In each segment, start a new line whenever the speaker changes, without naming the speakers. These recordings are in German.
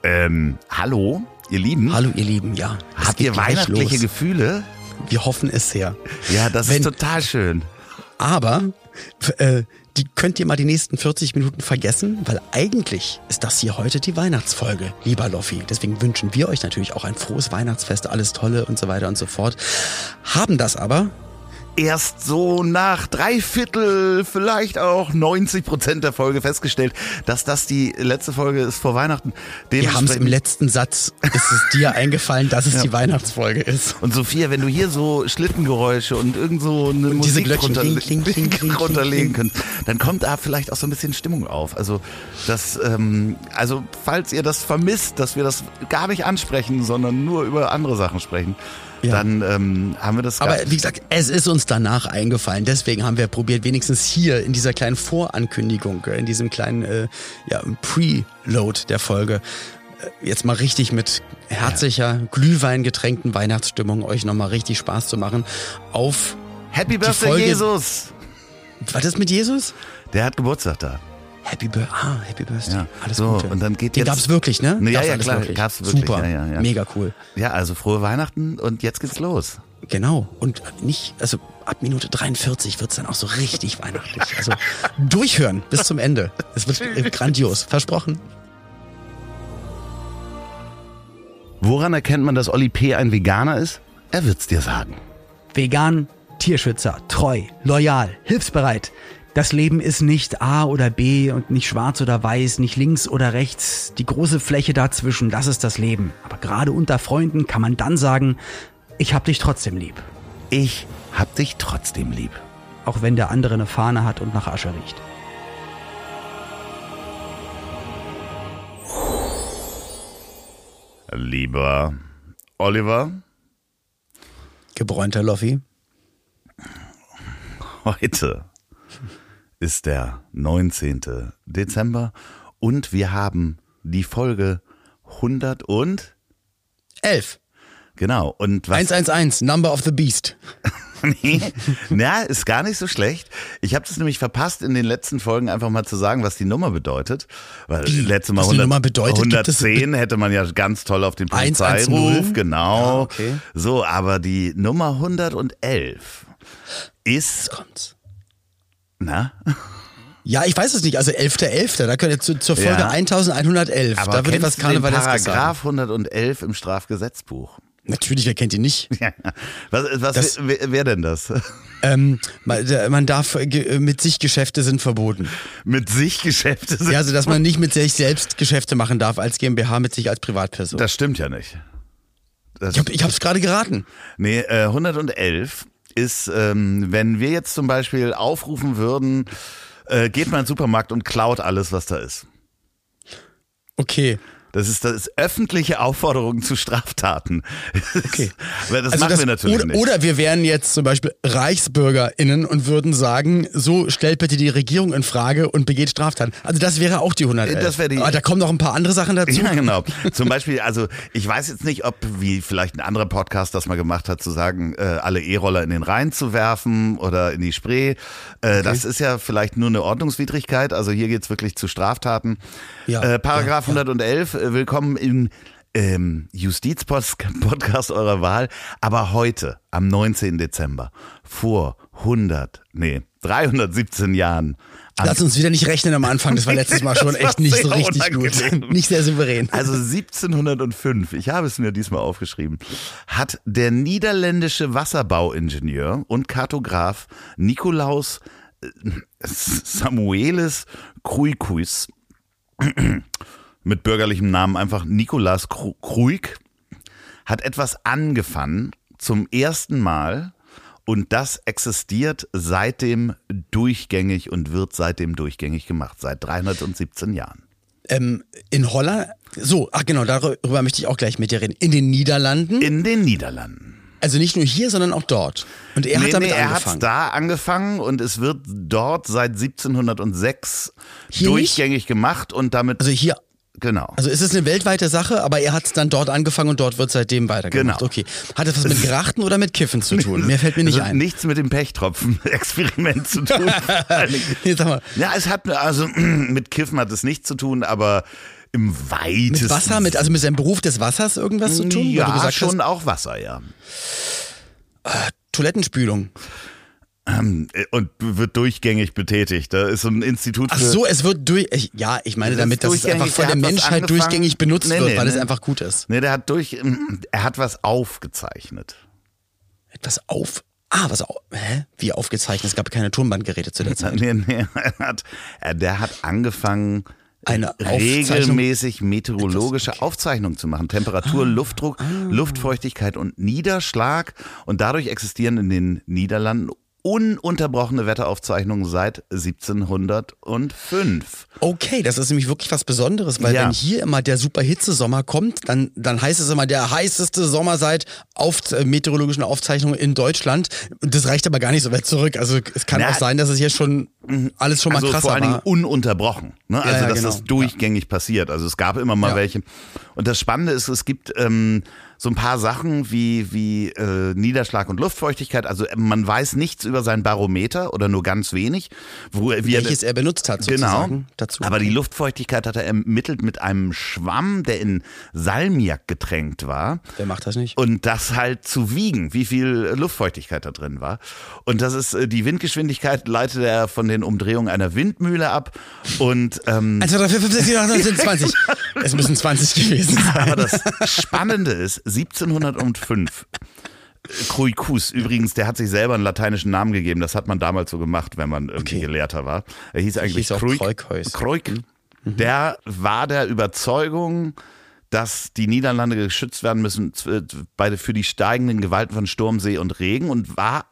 Hallo, ihr Lieben.
Hallo, ihr Lieben, ja.
Habt ihr weihnachtliche Gefühle?
Wir hoffen es sehr.
Ja, das ist total schön.
Aber die könnt ihr mal die nächsten 40 Minuten vergessen, weil eigentlich ist das hier heute die Weihnachtsfolge, lieber Loffi. Deswegen wünschen wir euch natürlich auch ein frohes Weihnachtsfest, alles Tolle und so weiter und so fort. Haben das aber
erst so nach 3/4, vielleicht auch 90% der Folge festgestellt, dass das die letzte Folge ist vor Weihnachten.
Wir haben es im letzten Satz, ist es dir eingefallen, dass es die Weihnachtsfolge ist.
Und Sophia, wenn du hier so Schlittengeräusche und irgend so eine
und
Musik
runterlegen
könnt, dann kommt da vielleicht auch so ein bisschen Stimmung auf. Also das, also falls ihr das vermisst, dass wir das gar nicht ansprechen, sondern nur über andere Sachen sprechen, dann haben wir das.
Aber wie gesagt, es ist uns danach eingefallen. Deswegen haben wir probiert, wenigstens hier in dieser kleinen Vorankündigung, in diesem kleinen Preload der Folge, jetzt mal richtig mit herzlicher, glühweingetränkten Weihnachtsstimmung euch nochmal richtig Spaß zu machen auf
Happy Birthday, Jesus!
Was ist mit Jesus?
Der hat Geburtstag da.
Happy Birthday. Ja, alles
so,
Gute.
Und dann geht
Den gab's wirklich, ne?
Ja, klar,
wirklich.
Gab's wirklich.
Super,
ja.
Mega cool.
Ja, also frohe Weihnachten und jetzt geht's los.
Genau. Und ab Minute 43 wird's dann auch so richtig weihnachtlich. Also durchhören bis zum Ende. Es wird grandios. Versprochen.
Woran erkennt man, dass Olli P. ein Veganer ist? Er wird's dir sagen.
Vegan, Tierschützer, treu, loyal, hilfsbereit. Das Leben ist nicht A oder B und nicht schwarz oder weiß, nicht links oder rechts. Die große Fläche dazwischen, das ist das Leben. Aber gerade unter Freunden kann man dann sagen, ich hab dich trotzdem lieb.
Ich hab dich trotzdem lieb.
Auch wenn der andere eine Fahne hat und nach Asche riecht.
Lieber Oliver.
Gebräunter Loffi.
Heute ist der 19. Dezember und wir haben die Folge 111. Genau. Und was
111, Number of the Beast.
Ist gar nicht so schlecht. Ich habe das nämlich verpasst, in den letzten Folgen einfach mal zu sagen, was die Nummer bedeutet. Weil letztes Mal 110 hätte man ja ganz toll auf den Polizeiruf. Genau.
Ja, okay.
So, aber die Nummer 111 ist...
Jetzt kommt's.
Na?
Ja, ich weiß es nicht. Also 11.11. Da könnt ihr zur Folge 1111.
Aber
da wird etwas Karnevaleskes sagen.
Paragraph 111 im Strafgesetzbuch.
Natürlich, wer kennt ihn nicht?
Ja. Wer denn das?
Man darf, mit sich Geschäfte sind verboten.
Mit sich Geschäfte sind
Ja, also dass man nicht mit sich selbst Geschäfte machen darf als GmbH, mit sich als Privatperson.
Das stimmt ja nicht.
Ich hab's gerade geraten.
Nee, 111 ist, wenn wir jetzt zum Beispiel aufrufen würden, geht mal in den Supermarkt und klaut alles, was da ist.
Okay.
Das ist öffentliche Aufforderung zu Straftaten.
Okay.
Das machen wir natürlich nicht.
Oder wir wären jetzt zum Beispiel ReichsbürgerInnen und würden sagen, so stellt bitte die Regierung in Frage und begeht Straftaten. Also das wäre auch die 111.
Das wäre die.
Aber da kommen noch ein paar andere Sachen dazu.
Ja, genau. Zum Beispiel, also ich weiß jetzt nicht, ob, wie vielleicht ein anderer Podcast das mal gemacht hat, zu sagen, alle E-Roller in den Rhein zu werfen oder in die Spree. Okay. Das ist ja vielleicht nur eine Ordnungswidrigkeit. Also hier geht's wirklich zu Straftaten. Ja, Paragraph 111, willkommen im Justizpodcast eurer Wahl. Aber heute, am 19. Dezember, vor 317 Jahren.
Lass uns wieder nicht rechnen am Anfang, das war letztes Mal schon echt nicht so richtig gut. Nicht sehr souverän.
Also 1705, ich habe es mir diesmal aufgeschrieben, hat der niederländische Wasserbauingenieur und Kartograf Nicolaus Samuelis Kruijkus mit bürgerlichem Namen einfach Nicolaas Kruik, hat etwas angefangen zum ersten Mal und das existiert seitdem durchgängig und wird seitdem durchgängig gemacht, seit 317 Jahren.
In Holland, genau, darüber möchte ich auch gleich mit dir reden. In den Niederlanden?
In den Niederlanden.
Also nicht nur hier, sondern auch dort. Und er hat damit angefangen.
Er hat da angefangen und es wird dort seit 1706 durchgängig gemacht und damit.
Also hier
Genau.
Also ist es eine weltweite Sache, aber er hat es dann dort angefangen und dort wird seitdem weitergemacht.
Genau.
Okay. Hat das was mit Grachten oder mit Kiffen zu tun? Mehr fällt mir nicht
Das hat
ein.
nichts mit dem Pechtropfen-Experiment zu tun.
Nee, sag mal.
Ja, es hat, also mit Kiffen hat es nichts zu tun, aber im weitesten...
Mit Wasser, mit seinem Beruf des Wassers irgendwas zu tun? Weil du
Ja,
gesagt
schon auch Wasser, ja.
Toilettenspülung.
Und wird durchgängig betätigt. Da ist so ein Institut für...
Ach so, es wird ich meine damit, dass es einfach von der Menschheit durchgängig benutzt wird, weil es einfach gut ist.
Nee, er hat was aufgezeichnet.
Etwas Wie aufgezeichnet? Es gab keine Tonbandgeräte zu der Zeit.
Nee, der hat angefangen,
Eine
regelmäßig meteorologische Aufzeichnungen zu machen. Temperatur, Luftdruck, Luftfeuchtigkeit und Niederschlag. Und dadurch existieren in den Niederlanden ununterbrochene Wetteraufzeichnungen seit 1705.
Okay, das ist nämlich wirklich was Besonderes, weil
Ja.
wenn hier immer der super Hitzesommer kommt, dann heißt es immer der heißeste Sommer seit meteorologischen Aufzeichnungen in Deutschland. Und das reicht aber gar nicht so weit zurück. Also es kann auch sein, dass es hier schon alles schon mal
Also
krasser
vor allen Dingen
war.
ununterbrochen. Ne? Also
ja,
dass
genau.
das durchgängig passiert. Also es gab immer mal
Ja.
welche. Und das Spannende ist, es gibt so ein paar Sachen wie Niederschlag und Luftfeuchtigkeit. Also man weiß nichts über sein Barometer oder nur ganz wenig.
Welches er benutzt hat sozusagen.
Genau.
Dazu.
Aber die Luftfeuchtigkeit hat er ermittelt mit einem Schwamm, der in Salmiak getränkt war.
Wer macht das nicht?
Und das halt zu wiegen, wie viel Luftfeuchtigkeit da drin war. Und das ist die Windgeschwindigkeit, leitet er von den Umdrehungen einer Windmühle ab. Und
1, 2, 3, 4, 5, 6, 7, 8, 9, 10, 20. Es müssen 20 gewesen sein.
aber das Spannende ist, 1705. Kruikus, übrigens, der hat sich selber einen lateinischen Namen gegeben. Das hat man damals so gemacht, wenn man irgendwie Gelehrter war. Er hieß eigentlich
auch
Kruik.
Kroikhuis.
Kruik. Der war der Überzeugung, dass die Niederlande geschützt werden müssen für die steigenden Gewalten von Sturm, See und Regen und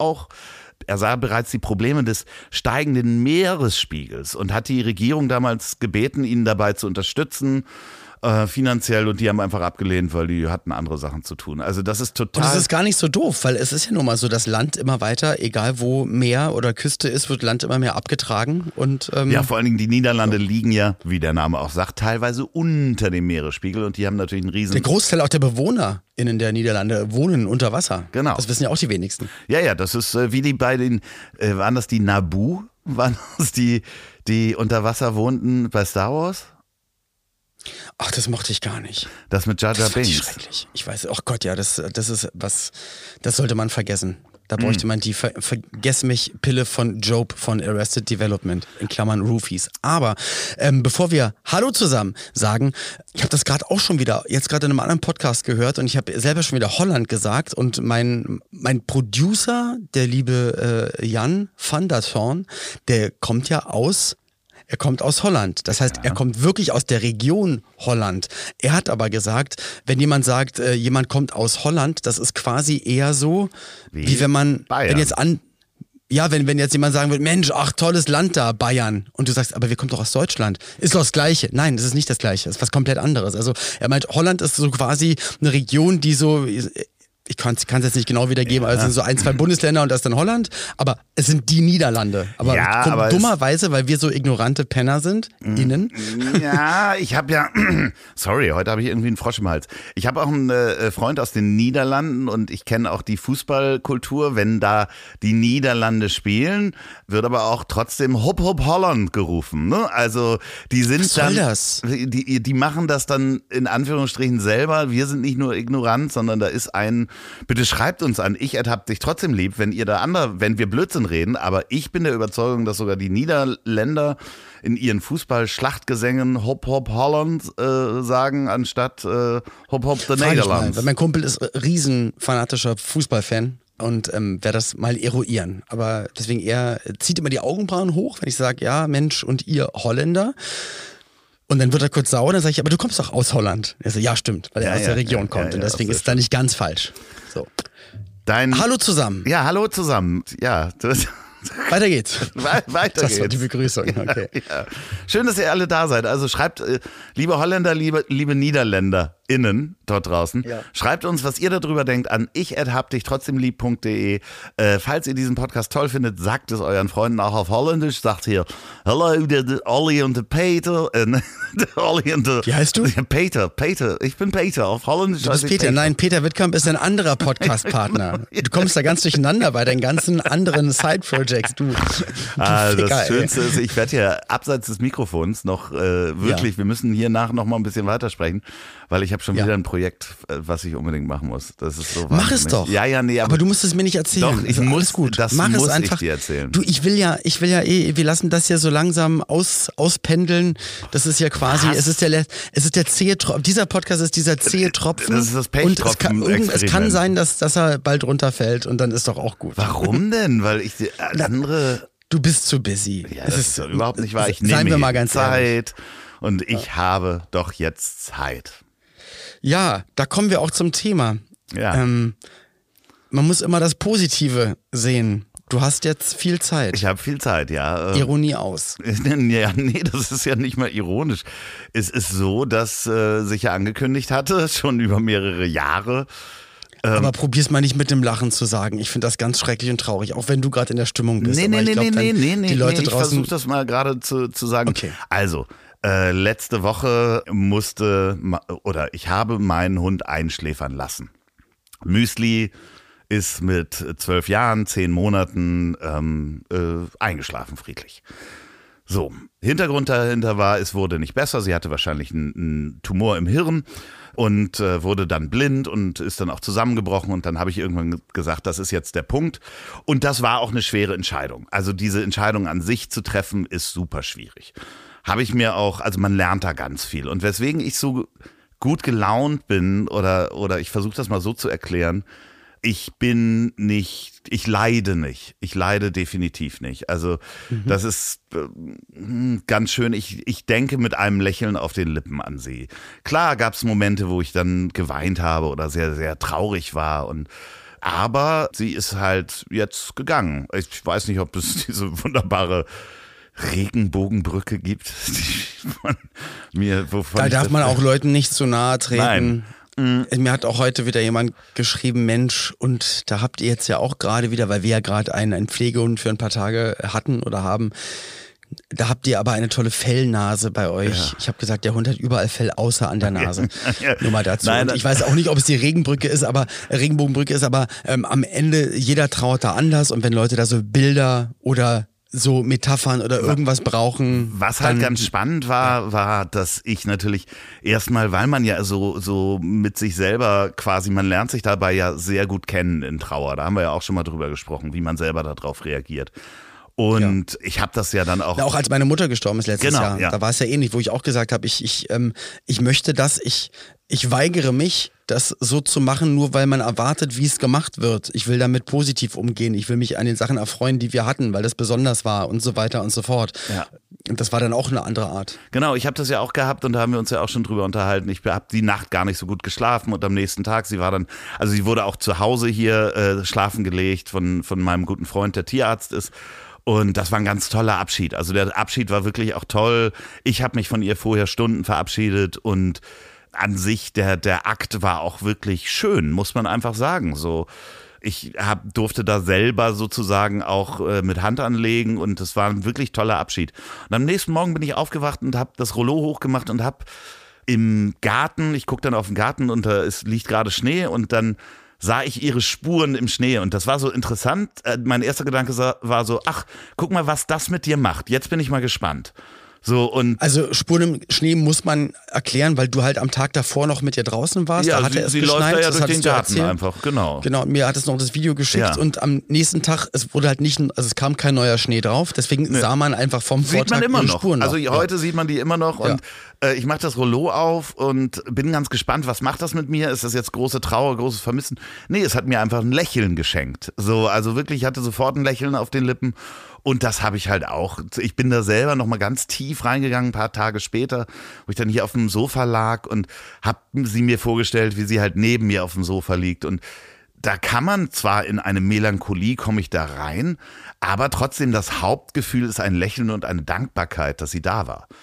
er sah bereits die Probleme des steigenden Meeresspiegels und hat die Regierung damals gebeten, ihn dabei zu unterstützen, finanziell, und die haben einfach abgelehnt, weil die hatten andere Sachen zu tun. Also das ist total...
Und das ist gar nicht so doof, weil es ist ja nun mal so, dass Land immer weiter, egal wo Meer oder Küste ist, wird Land immer mehr abgetragen. Und,
ja, vor allen Dingen die Niederlande liegen ja, wie der Name auch sagt, teilweise unter dem Meeresspiegel und die haben natürlich einen riesen...
der Großteil auch der BewohnerInnen der Niederlande wohnen unter Wasser.
Genau.
Das wissen ja auch die wenigsten.
Ja, das ist wie die bei den, waren das die Naboo? Waren das die unter Wasser wohnten bei Star Wars?
Ach, das mochte ich gar nicht.
Das mit Jar Jar
Das fand ich
Binks.
schrecklich. Ich weiß, oh Gott, ja, das ist was, das sollte man vergessen. Da bräuchte man die Vergess-mich-Pille von Job von Arrested Development, in Klammern Roofies. Aber bevor wir Hallo zusammen sagen, ich habe das gerade auch schon wieder, jetzt gerade in einem anderen Podcast gehört und ich habe selber schon wieder Holland gesagt und mein Producer, der liebe Jan van der Thorn, der kommt ja aus Holland. Das heißt, er kommt wirklich aus der Region Holland. Er hat aber gesagt, wenn jemand sagt, jemand kommt aus Holland, das ist quasi eher so, wie wenn man,
Bayern.
wenn jetzt jemand sagen würde, Mensch, ach, tolles Land da, Bayern. Und du sagst, aber wir kommen doch aus Deutschland. Ist doch das Gleiche. Nein, das ist nicht das Gleiche. Das ist was komplett anderes. Also er meint, Holland ist so quasi eine Region, die so... Ich kann es jetzt nicht genau wiedergeben, also es sind so 1, 2 Bundesländer und das ist dann Holland, aber es sind die Niederlande. Aber, dummerweise, weil wir so ignorante Penner sind, innen.
Ja, ich habe ja, sorry, heute habe ich irgendwie einen Frosch im Hals. Ich habe auch einen Freund aus den Niederlanden und ich kenne auch die Fußballkultur. Wenn da die Niederlande spielen, wird aber auch trotzdem Hop Hop Holland gerufen. Ne? Also die sind
Was soll
dann,
das?
Die machen das dann in Anführungsstrichen selber. Wir sind nicht nur ignorant, sondern da ist bitte schreibt uns an, ich hab dich trotzdem lieb, wenn wir Blödsinn reden, aber ich bin der Überzeugung, dass sogar die Niederländer in ihren Fußball-Schlachtgesängen Hop Hop Holland sagen, anstatt Hop Hop the Netherlands.
Weil mein Kumpel ist riesen fanatischer Fußballfan und werde das mal eruieren. Aber deswegen, er zieht immer die Augenbrauen hoch, wenn ich sage, ja, Mensch, und ihr Holländer. Und dann wird er kurz sauer, dann sage ich, aber du kommst doch aus Holland. Er so, ja, stimmt, weil er aus der Region kommt. Und deswegen ist es da nicht ganz falsch. So. Hallo zusammen.
Ja, hallo zusammen. Ja,
weiter geht's.
Weiter
Das war
geht's.
die Begrüßung. Okay.
Ja. Schön, dass ihr alle da seid. Also schreibt, liebe Holländer, liebe Niederländer, HörerInnen dort draußen.
Ja.
Schreibt uns, was ihr darüber denkt, an ich@habdichtrotzdemlieb.de. Falls ihr diesen Podcast toll findet, sagt es euren Freunden auch auf Holländisch. Sagt hier, hello, der Olli und der Peter. Der Olli und der,
Wie heißt du?
Peter. Ich bin Peter. Auf Holländisch
Du bist
heiße ich
Peter. Nein, Peter Wittkamp ist ein anderer Podcast-Partner. Du kommst da ganz durcheinander bei deinen ganzen anderen Side-Projects. Du Ficker,
das
ey.
Schönste ist, ich werde hier abseits des Mikrofons noch wirklich, wir müssen hier noch mal ein bisschen weitersprechen, weil ich habe schon wieder ein Projekt, was ich unbedingt machen muss. Das ist so
Mach
wahnsinnig.
es doch.
Ja, nee,
aber du musst es mir nicht erzählen.
Doch, ich
Also
muss,
alles gut.
das
Mach
muss
es einfach.
ich dir erzählen.
Du, ich will ja wir lassen das ja so langsam auspendeln. Das ist ja quasi, es ist der zähe Tropfen. Dieser Podcast ist dieser zähe Tropfen.
Das ist das
Und es kann
Pechtropfen-Experiment.
sein, dass er bald runterfällt und dann ist doch auch gut.
Warum denn? Weil ich die andere...
Du bist zu busy.
Ja, das ist überhaupt nicht wahr. Ich
seien
nehme
wir
mir
mal ganz ehrlich.
Zeit und ich habe doch jetzt Zeit.
Ja, da kommen wir auch zum Thema.
Ja.
Man muss immer das Positive sehen. Du hast jetzt viel Zeit.
Ich habe viel Zeit, ja.
Ironie aus.
Ja, nee, das ist ja nicht mal ironisch. Es ist so, dass sich ja angekündigt hatte, schon über mehrere Jahre.
Aber probier's mal nicht mit dem Lachen zu sagen. Ich finde das ganz schrecklich und traurig, auch wenn du gerade in der Stimmung bist.
Nee,
Aber ich glaub, die Leute
ich
draußen.
versuche das mal gerade zu sagen.
Okay.
Also, letzte Woche ich habe meinen Hund einschläfern lassen. Müsli ist mit 12 Jahren, 10 Monaten eingeschlafen, friedlich. So, Hintergrund dahinter war, es wurde nicht besser. Sie hatte wahrscheinlich einen Tumor im Hirn und wurde dann blind und ist dann auch zusammengebrochen. Und dann habe ich irgendwann gesagt, das ist jetzt der Punkt. Und das war auch eine schwere Entscheidung. Also diese Entscheidung an sich zu treffen, ist super schwierig. Habe ich mir auch, also man lernt da ganz viel. Und weswegen ich so gut gelaunt bin oder ich versuche das mal so zu erklären, ich leide nicht. Ich leide definitiv nicht. Also das ist ganz schön. Ich denke mit einem Lächeln auf den Lippen an sie. Klar gab es Momente, wo ich dann geweint habe oder sehr, sehr traurig war. Aber sie ist halt jetzt gegangen. Ich weiß nicht, ob es diese wunderbare Regenbogenbrücke gibt.
Da darf man auch Leuten nicht zu nahe treten.
Nein.
Mir hat auch heute wieder jemand geschrieben, Mensch, und da habt ihr jetzt ja auch gerade wieder, weil wir ja gerade einen Pflegehund für ein paar Tage hatten oder haben, da habt ihr aber eine tolle Fellnase bei euch. Ja. Ich habe gesagt, der Hund hat überall Fell außer an der Nase. Ja. Nur mal dazu.
Nein,
und ich weiß auch nicht, ob es die Regenbogenbrücke ist, aber am Ende, jeder trauert da anders und wenn Leute da so Bilder oder so Metaphern oder irgendwas brauchen.
Was halt ganz spannend war, dass ich natürlich erstmal, weil man ja so mit sich selber quasi, man lernt sich dabei ja sehr gut kennen in Trauer. Da haben wir ja auch schon mal drüber gesprochen, wie man selber darauf reagiert. Und ich habe das ja dann auch...
Ja, auch als meine Mutter gestorben ist letztes Jahr,
ja.
Da war es ja ähnlich, wo ich auch gesagt habe, ich möchte das, ich weigere mich, das so zu machen, nur weil man erwartet, wie es gemacht wird. Ich will damit positiv umgehen. Ich will mich an den Sachen erfreuen, die wir hatten, weil das besonders war und so weiter und so fort. Ja. Und das war dann auch eine andere Art.
Genau, ich habe das ja auch gehabt und da haben wir uns ja auch schon drüber unterhalten. Ich habe die Nacht gar nicht so gut geschlafen und am nächsten Tag, sie wurde auch zu Hause hier schlafen gelegt von meinem guten Freund, der Tierarzt ist. Und das war ein ganz toller Abschied. Also der Abschied war wirklich auch toll. Ich habe mich von ihr vorher Stunden verabschiedet und an sich, der Akt war auch wirklich schön, muss man einfach sagen. So, ich durfte da selber sozusagen auch mit Hand anlegen und es war ein wirklich toller Abschied. Und am nächsten Morgen bin ich aufgewacht und habe das Rollo hochgemacht und habe im Garten, ich gucke dann auf den Garten und da liegt gerade Schnee und dann sah ich ihre Spuren im Schnee und das war so interessant. Mein erster Gedanke war so, ach, guck mal, was das mit dir macht. Jetzt bin ich mal gespannt. So, und
also Spuren im Schnee muss man erklären, weil du halt am Tag davor noch mit ihr draußen warst.
Ja,
da hatte
sie
es
läuft
geschneit,
da ja durch den Garten
erzählt.
einfach, genau.
Genau, mir hat es noch das Video geschickt und am nächsten Tag, es kam kein neuer Schnee drauf, deswegen sah man einfach vom Vortag
immer
die
noch.
Spuren noch.
Also heute sieht man die immer noch und ich mache das Rollo auf und bin ganz gespannt, was macht das mit mir? Ist das jetzt große Trauer, großes Vermissen? Nee, es hat mir einfach ein Lächeln geschenkt. So, also wirklich, ich hatte sofort ein Lächeln auf den Lippen. Und das habe ich halt auch. Ich bin da selber nochmal ganz tief reingegangen, ein paar Tage später, wo ich dann hier auf dem Sofa lag und habe sie mir vorgestellt, wie sie halt neben mir auf dem Sofa liegt. Und da kann man zwar in eine Melancholie, komme ich da rein, aber trotzdem das Hauptgefühl ist ein Lächeln und eine Dankbarkeit, dass sie da war.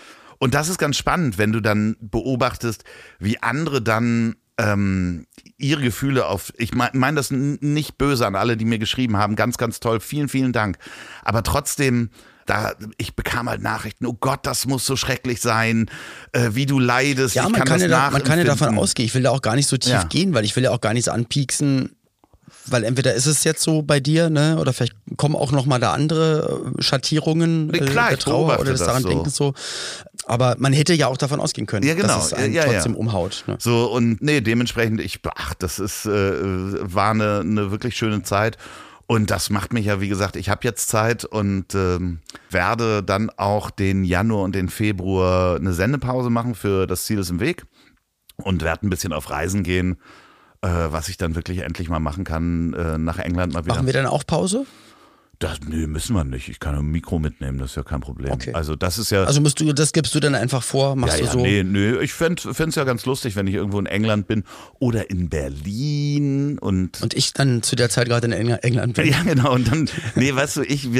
Und das ist ganz spannend, wenn du dann beobachtest, wie andere dann ihre Gefühle ich meine das nicht böse an alle, die mir geschrieben haben, ganz, ganz toll, vielen, vielen Dank. Aber trotzdem, ich bekam halt Nachrichten, oh Gott, das muss so schrecklich sein, wie du leidest.
Ja, man kann ja davon ausgehen. Ich will da auch gar nicht so tief gehen, weil ich will ja auch gar nichts anpieksen. Weil entweder ist es jetzt so bei dir, ne, oder vielleicht kommen auch nochmal da andere Schattierungen der Trauer oder des daran Denkens so. Aber man hätte ja auch davon ausgehen können, dass es einen trotzdem umhaut. Ne?
So, und dementsprechend, das ist, war eine wirklich schöne Zeit. Und das macht mich ja, wie gesagt, ich habe jetzt Zeit und werde dann auch den Januar und den Februar eine Sendepause machen für Das Ziel ist im Weg und werde ein bisschen auf Reisen gehen. Was ich dann wirklich endlich mal machen kann, nach England mal wieder.
Machen wir dann auch Pause?
Nö, müssen wir nicht. Ich kann ein Mikro mitnehmen, das ist ja kein Problem.
Okay.
Also das ist ja.
Also das gibst du dann einfach vor, machst du so?
Nee, ich fänd's ja ganz lustig, wenn ich irgendwo in England bin oder in Berlin und
ich dann zu der Zeit gerade in England bin.
Ja, genau. Und dann, weißt du,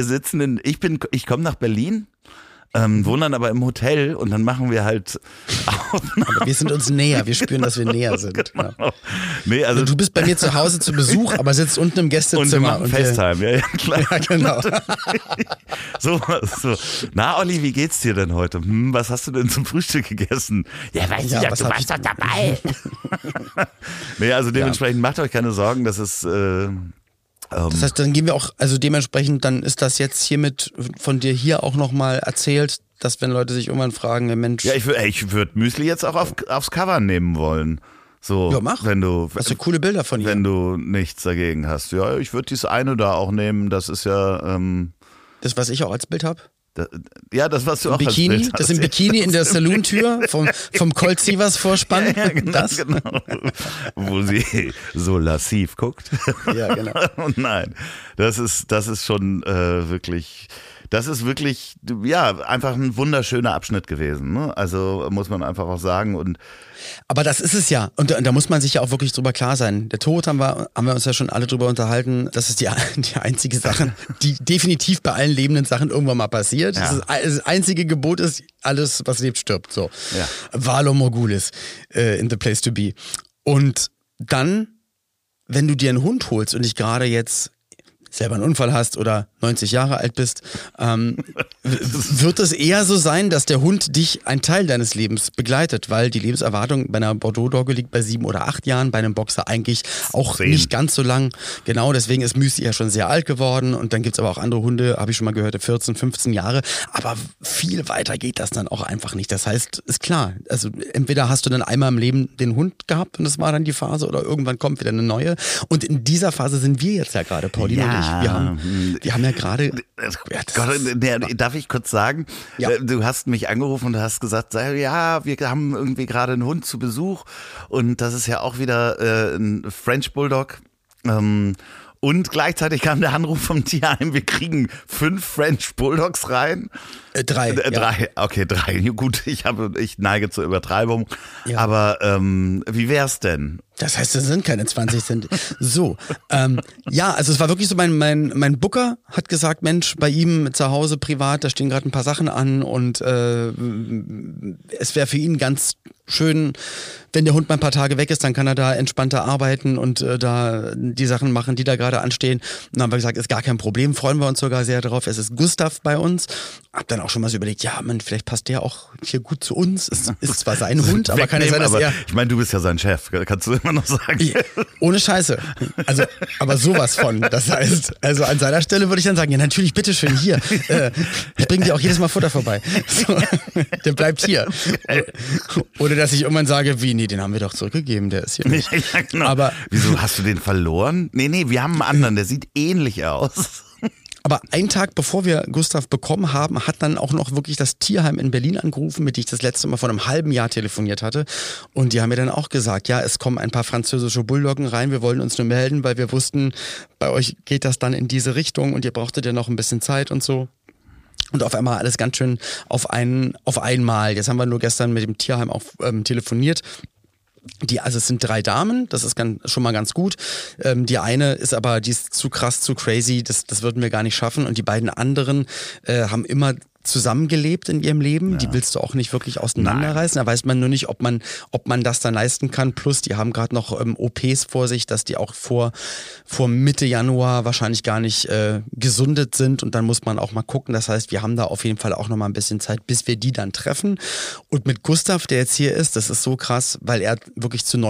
ich komme nach Berlin. Wohnen dann aber im Hotel und dann machen wir halt
Aber wir sind uns näher, wir spüren, dass wir näher sind.
Genau.
Ja.
Nee, also
du bist bei mir zu Hause zu Besuch, aber sitzt unten im Gästezimmer.
Und wir machen FaceTime, ja, klar.
Ja, genau.
So. Na, Olli, wie geht's dir denn heute? Was hast du denn zum Frühstück gegessen? Ja, weißt du, du warst doch dabei. Nee, also dementsprechend macht euch keine Sorgen, das ist...
Das heißt, dann gehen wir auch, also dementsprechend, dann ist das jetzt hiermit von dir hier auch nochmal erzählt, dass wenn Leute sich irgendwann fragen, Mensch.
Ja, ich würde Müsli jetzt auch aufs Cover nehmen wollen. So,
ja, mach.
Hast
du coole Bilder von ihr.
Wenn du nichts dagegen hast. Ja, ich würde dieses eine da auch nehmen, das ist ja...
das, was ich auch als Bild habe?
Das, was du auch
Bikini,
als Bild hast.
Das im Bikini in der Saloon-Tür vom Colt Sievers Vorspann.
Ja, genau,
das?
Genau. Wo sie so lassiv guckt.
Ja, genau.
Nein, das ist schon wirklich... Das ist wirklich, ja, einfach ein wunderschöner Abschnitt gewesen. Ne? Also muss man einfach auch sagen.
Aber das ist es ja. Und da muss man sich ja auch wirklich drüber klar sein. Der Tod haben wir uns ja schon alle drüber unterhalten. Das ist die einzige Sache, die definitiv bei allen lebenden Sachen irgendwann mal passiert. Ja. Das einzige Gebot ist, alles, was lebt, stirbt. So. Ja. Valor Morgulis in the place to be. Und dann, wenn du dir einen Hund holst und dich gerade jetzt selber einen Unfall hast oder 90 Jahre alt bist, wird es eher so sein, dass der Hund dich einen Teil deines Lebens begleitet, weil die Lebenserwartung bei einer Bordeaux-Dogge liegt bei 7 oder 8 Jahren, bei einem Boxer eigentlich auch 10. Nicht ganz so lang. Genau, deswegen ist Müsli ja schon sehr alt geworden und dann gibt's aber auch andere Hunde, habe ich schon mal gehört, 14, 15 Jahre, aber viel weiter geht das dann auch einfach nicht. Das heißt, ist klar, also entweder hast du dann einmal im Leben den Hund gehabt und das war dann die Phase oder irgendwann kommt wieder eine neue und in dieser Phase sind wir jetzt ja gerade, Pauline und ich. Wir haben ja gerade...
Darf ich kurz sagen? Ja. Du hast mich angerufen und hast gesagt, ja, wir haben irgendwie gerade einen Hund zu Besuch und das ist ja auch wieder ein French Bulldog. Und gleichzeitig kam der Anruf vom Tierheim, wir kriegen 5 French Bulldogs rein.
3.
3, okay, 3. Gut, ich neige zur Übertreibung. Ja. Aber wie wär's denn?
Das heißt, es sind keine 20 Cent. So, ja, also es war wirklich so, mein Booker hat gesagt, Mensch, bei ihm zu Hause privat, da stehen gerade ein paar Sachen an und es wäre für ihn ganz schön, wenn der Hund mal ein paar Tage weg ist, dann kann er da entspannter arbeiten und da die Sachen machen, die da gerade anstehen. Und dann haben wir gesagt, ist gar kein Problem, freuen wir uns sogar sehr drauf. Es ist Gustav bei uns. Hab dann auch schon mal so überlegt, ja, man, vielleicht passt der auch hier gut zu uns. Ist zwar sein Hund, aber kann ja sein, dass er...
Ich meine, du bist ja sein Chef, kannst du immer noch sagen.
Ohne Scheiße. Also, aber sowas von. Das heißt, also an seiner Stelle würde ich dann sagen, ja, natürlich, bitteschön, hier. Ich bringe dir auch jedes Mal Futter vorbei. So, der bleibt hier. Oder dass ich irgendwann sage, wie, nee, den haben wir doch zurückgegeben, der ist hier nicht.
Ja, genau. Aber wieso, hast du den verloren? Nee, wir haben einen anderen, der sieht ähnlich aus.
Aber einen Tag bevor wir Gustav bekommen haben, hat dann auch noch wirklich das Tierheim in Berlin angerufen, mit dem ich das letzte Mal vor einem halben Jahr telefoniert hatte. Und die haben mir dann auch gesagt, ja, es kommen ein paar französische Bulldoggen rein, wir wollen uns nur melden, weil wir wussten, bei euch geht das dann in diese Richtung und ihr brauchtet ja noch ein bisschen Zeit und so. Und auf einmal alles ganz schön auf einmal. Jetzt haben wir nur gestern mit dem Tierheim auch telefoniert. Also es sind 3 Damen, das ist schon mal ganz gut. Die eine ist aber, die ist zu krass, zu crazy, das würden wir gar nicht schaffen. Und die beiden anderen haben immer zusammengelebt in ihrem Leben. Die willst du auch nicht wirklich auseinanderreißen. Da weiß man nur nicht, ob man das dann leisten kann. Plus, die haben gerade noch OPs vor sich, dass die auch vor Mitte Januar wahrscheinlich gar nicht gesundet sind. Und dann muss man auch mal gucken. Das heißt, wir haben da auf jeden Fall auch noch mal ein bisschen Zeit, bis wir die dann treffen. Und mit Gustav, der jetzt hier ist, das ist so krass, weil er wirklich zu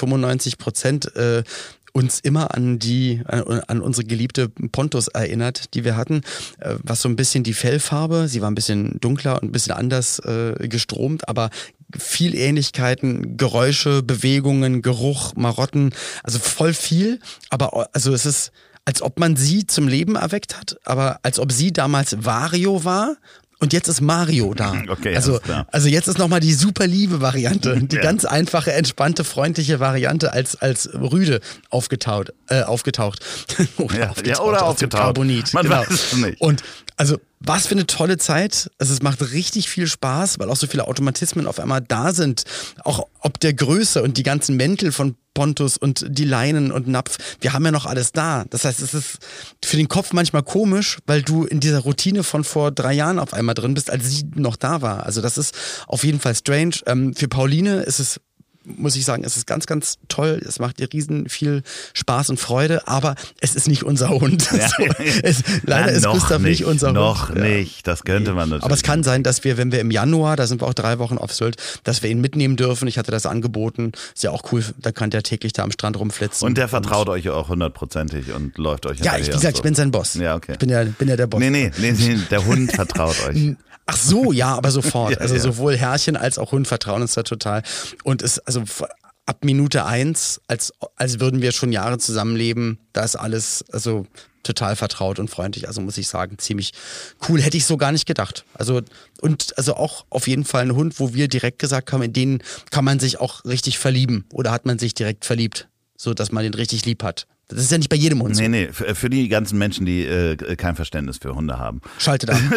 95% uns immer an unsere geliebte Pontus erinnert, die wir hatten, was so ein bisschen die Fellfarbe, sie war ein bisschen dunkler und ein bisschen anders gestromt, aber viel Ähnlichkeiten, Geräusche, Bewegungen, Geruch, Marotten, also voll viel, aber also es ist, als ob man sie zum Leben erweckt hat, aber als ob sie damals Vario war. Und jetzt ist Mario da.
Okay,
also jetzt ist nochmal die super liebe Variante, die ganz einfache, entspannte, freundliche Variante als Rüde aufgetaucht. Oder aufgetaucht. Carbonit.
Man
genau.
weiß es nicht.
Und also was für eine tolle Zeit. Also es macht richtig viel Spaß, weil auch so viele Automatismen auf einmal da sind. Auch ob der Größe und die ganzen Mäntel von Pontus und die Leinen und Napf. Wir haben ja noch alles da. Das heißt, es ist für den Kopf manchmal komisch, weil du in dieser Routine von vor 3 Jahren auf einmal drin bist, als sie noch da war. Also das ist auf jeden Fall strange. Für Pauline ist es, muss ich sagen, es ist ganz, ganz toll. Es macht ihr riesen viel Spaß und Freude, aber es ist nicht unser Hund.
Ja.
Leider ist Gustav nicht unser Hund.
Noch nicht, das könnte man natürlich.
Aber es kann sein, dass wir, wenn wir im Januar, da sind wir auch 3 Wochen auf Sylt, dass wir ihn mitnehmen dürfen. Ich hatte das angeboten. Ist ja auch cool, da kann der täglich da am Strand rumflitzen.
Und der vertraut euch auch 100%ig und läuft euch hinterher.
Ja, wie gesagt, ich bin sein Boss.
Ja, okay.
Ich bin ja der Boss.
Nee, der Hund vertraut euch.
Ach so, ja, aber sofort.
Ja,
also
ja.
Sowohl Herrchen als auch Hund vertrauen uns da total. Und es, also ab Minute 1, als würden wir schon Jahre zusammenleben, da ist alles also total vertraut und freundlich. Also muss ich sagen, ziemlich cool. Hätte ich so gar nicht gedacht. Also auch auf jeden Fall ein Hund, wo wir direkt gesagt haben, in den kann man sich auch richtig verlieben. Oder hat man sich direkt verliebt, so dass man den richtig lieb hat. Das ist ja nicht bei jedem Hund so.
Nee, für die ganzen Menschen, die kein Verständnis für Hunde haben.
Schaltet ab.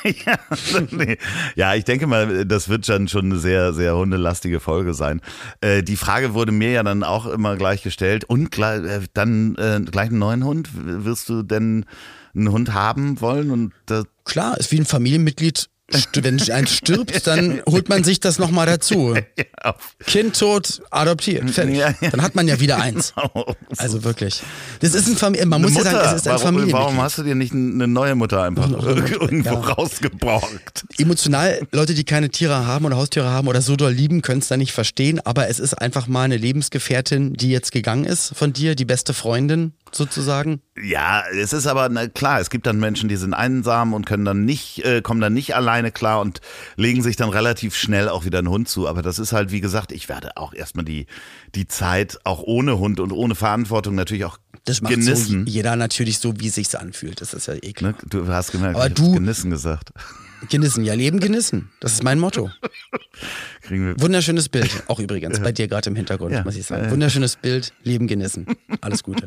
Ja, ich denke mal, das wird schon eine sehr, sehr hundelastige Folge sein. Die Frage wurde mir ja dann auch immer gleich gestellt. Und gleich einen neuen Hund? Wirst du denn einen Hund haben wollen? Und
Klar, ist wie ein Familienmitglied. Wenn eins stirbt, dann holt man sich das nochmal dazu.
Ja.
Kind tot, adoptiert, fertig. Ja. Dann hat man ja wieder eins. Also wirklich. Das ist man muss ja sagen, es ist ein Familienmitglied.
Warum hast du dir nicht eine neue Mutter einfach irgendwo rausgeborgt?
Emotional, Leute, die keine Tiere haben oder Haustiere haben oder so doll lieben, können es da nicht verstehen, aber es ist einfach mal eine Lebensgefährtin, die jetzt gegangen ist von dir, die beste Freundin sozusagen.
Ja, es ist aber klar, es gibt dann Menschen, die sind einsam und kommen dann nicht alleine klar und legen sich dann relativ schnell auch wieder einen Hund zu. Aber das ist halt, wie gesagt, ich werde auch erstmal die Zeit auch ohne Hund und ohne Verantwortung natürlich auch
das macht
genießen.
So jeder natürlich so, wie es sich anfühlt. Das ist ja eh klar.
Ne? Du hast gemerkt,
aber
ich habe genießen gesagt.
Genießen, ja, Leben genießen. Das ist mein Motto.
Kriegen wir
Wunderschönes Bild, auch übrigens, bei dir gerade im Hintergrund, muss ich sagen. Wunderschönes Bild, Leben genießen. Alles Gute.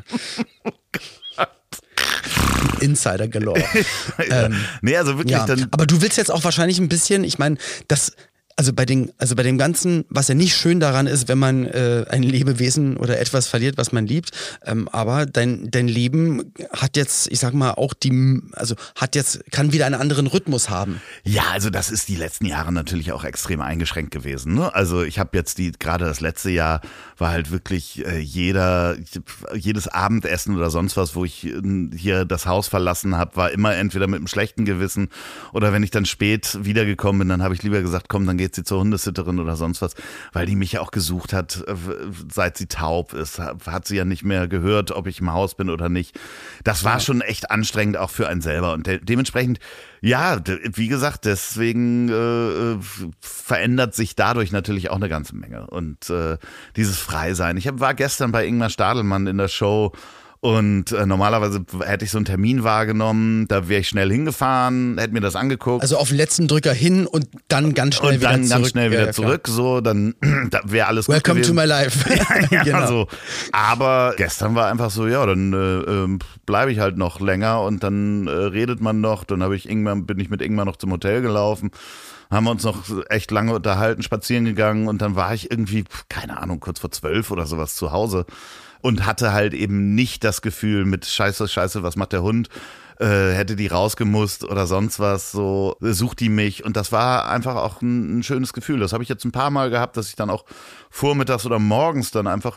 Insider galore.
Nee, also wirklich
ja,
dann.
Aber du willst jetzt auch wahrscheinlich ein bisschen, ich meine, also bei dem Ganzen, was ja nicht schön daran ist, wenn man ein Lebewesen oder etwas verliert, was man liebt, aber dein Leben hat jetzt, ich sag mal, auch kann wieder einen anderen Rhythmus haben.
Ja, also das ist die letzten Jahre natürlich auch extrem eingeschränkt gewesen. Ne? Also ich habe jetzt gerade das letzte Jahr war halt wirklich jedes Abendessen oder sonst was, wo ich hier das Haus verlassen habe, war immer entweder mit einem schlechten Gewissen oder wenn ich dann spät wiedergekommen bin, dann habe ich lieber gesagt, komm, dann geht sie zur Hundesitterin oder sonst was, weil die mich ja auch gesucht hat, seit sie taub ist, hat sie ja nicht mehr gehört, ob ich im Haus bin oder nicht. Das war schon echt anstrengend auch für einen selber und dementsprechend, ja, wie gesagt, deswegen verändert sich dadurch natürlich auch eine ganze Menge und dieses Freisein. Ich war gestern bei Ingmar Stadelmann in der Show. Und normalerweise hätte ich so einen Termin wahrgenommen, da wäre ich schnell hingefahren, hätte mir das angeguckt.
Also auf den letzten Drücker hin und dann ganz schnell wieder zurück. Und dann ganz schnell
wieder zurück, so, dann da wäre alles gut
Welcome
gewesen.
to my life.
Ja,
genau.
So. Aber gestern war einfach so, ja, dann bleibe ich halt noch länger und dann redet man noch. Dann bin ich mit Ingmar noch zum Hotel gelaufen. Haben wir uns noch echt lange unterhalten, spazieren gegangen und dann war ich irgendwie, keine Ahnung, kurz vor 12 oder sowas zu Hause. Und hatte halt eben nicht das Gefühl mit Scheiße, was macht der Hund? hätte die rausgemusst oder sonst was, so sucht die mich. Und das war einfach auch ein schönes Gefühl. Das habe ich jetzt ein paar Mal gehabt, dass ich dann auch vormittags oder morgens dann einfach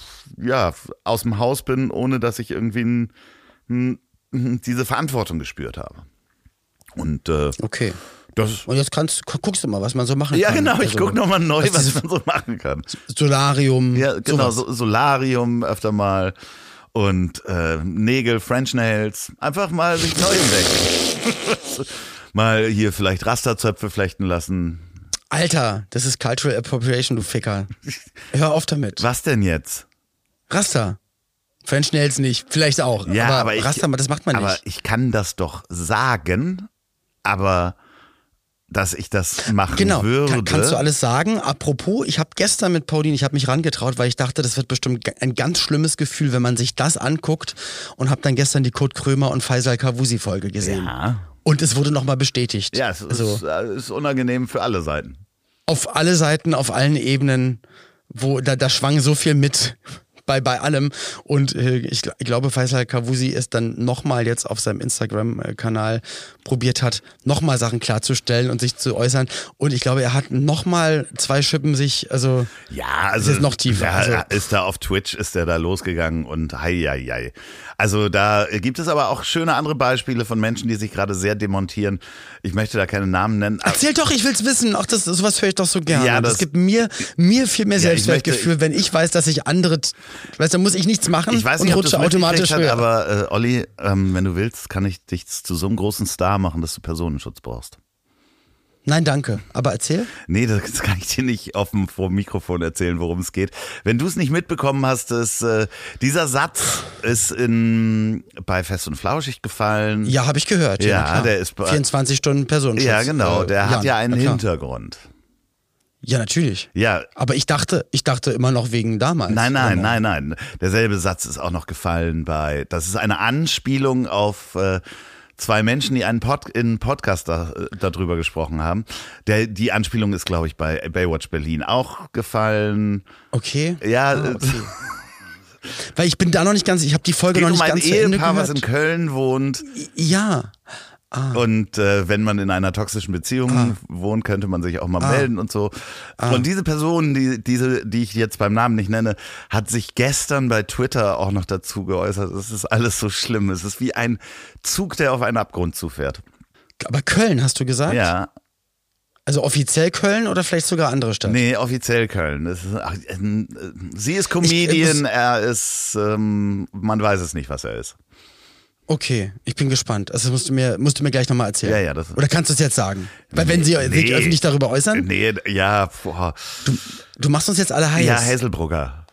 aus dem Haus bin, ohne dass ich irgendwie diese Verantwortung gespürt habe. Und
Okay.
das
Und jetzt guckst du mal, was man so machen kann.
ja, genau, ich gucke nochmal neu,
also
was man so machen kann.
Solarium.
Ja, genau,
sowas.
Solarium öfter mal und Nägel, French Nails, einfach mal sich neu entdecken. Mal hier vielleicht Rasterzöpfe flechten lassen.
Alter, das ist Cultural Appropriation, du Ficker. Hör auf damit.
Was denn jetzt?
Raster. French Nails nicht, vielleicht auch.
Ja, aber
Raster, das macht man
aber
nicht.
ich kann das doch sagen, aber dass ich das machen
Genau,
würde.
kannst du alles sagen. Apropos, ich habe gestern mit Pauline, ich habe mich rangetraut, weil ich dachte, das wird bestimmt ein ganz schlimmes Gefühl, wenn man sich das anguckt, und habe dann gestern die Kurt Krömer und Faisal Kavusi Folge gesehen.
Ja.
Und es wurde nochmal bestätigt.
Ja, es ist unangenehm für alle Seiten.
Auf alle Seiten, auf allen Ebenen, wo da schwang so viel mit bei allem. Und ich glaube, Faisal Kavusi ist dann nochmal jetzt auf seinem Instagram-Kanal probiert hat, nochmal Sachen klarzustellen und sich zu äußern. Und ich glaube, er hat nochmal 2 Schippen sich, also
ja, also
ist jetzt noch tiefer.
Der ist da auf Twitch, ist der da losgegangen und hei. Also da gibt es aber auch schöne andere Beispiele von Menschen, die sich gerade sehr demontieren. Ich möchte da keine Namen nennen.
Erzähl doch, ich will's wissen. Ach, sowas höre ich doch so gerne.
Ja,
das gibt mir viel mehr Selbstwertgefühl, wenn ich weiß, dass ich andere, weißt du, da muss ich nichts machen
ich weiß
und
nicht, ob
rutsche
du's
automatisch
mitgekriegt
höher.
hast, aber Olli, wenn du willst, kann ich dich zu so einem großen Star machen, dass du Personenschutz brauchst.
Nein, danke. Aber erzähl.
Nee, das kann ich dir nicht offen vor dem Mikrofon erzählen, worum es geht. Wenn du es nicht mitbekommen hast, dieser Satz ist bei Fest und Flauschig gefallen.
Ja, habe ich gehört.
Ja,
klar.
der ist
24 Stunden Personenschutz.
Ja, genau. Der hat ja einen
klar.
Hintergrund.
Ja, natürlich.
Ja.
Aber ich dachte immer noch wegen damals.
Nein. Derselbe Satz ist auch noch gefallen das ist eine Anspielung auf 2 Menschen, die in einen Podcast darüber gesprochen haben. Die Anspielung ist, glaube ich, bei Baywatch Berlin auch gefallen.
Okay.
Ja.
Okay. Weil ich bin da noch nicht ganz, ich habe die Folge noch nicht ganz zu Ende gehört.
Ehepaar, was in Köln wohnt.
Ja.
Und wenn man in einer toxischen Beziehung wohnt, könnte man sich auch mal melden und so. Und diese Person, die ich jetzt beim Namen nicht nenne, hat sich gestern bei Twitter auch noch dazu geäußert. Es ist alles so schlimm. Es ist wie ein Zug, der auf einen Abgrund zufährt.
Aber Köln, hast du gesagt?
Ja.
Also offiziell Köln oder vielleicht sogar andere Stadt?
Nee, offiziell Köln. Sie ist Comedian, er ist, man weiß es nicht, was er ist.
Okay, ich bin gespannt. Also das musst du mir gleich nochmal erzählen.
Ja,
oder kannst du es jetzt sagen? Weil wenn sie sich öffentlich darüber äußern?
Nee, ja, boah.
Du machst uns jetzt alle heiß.
Ja, Hazelbrugger.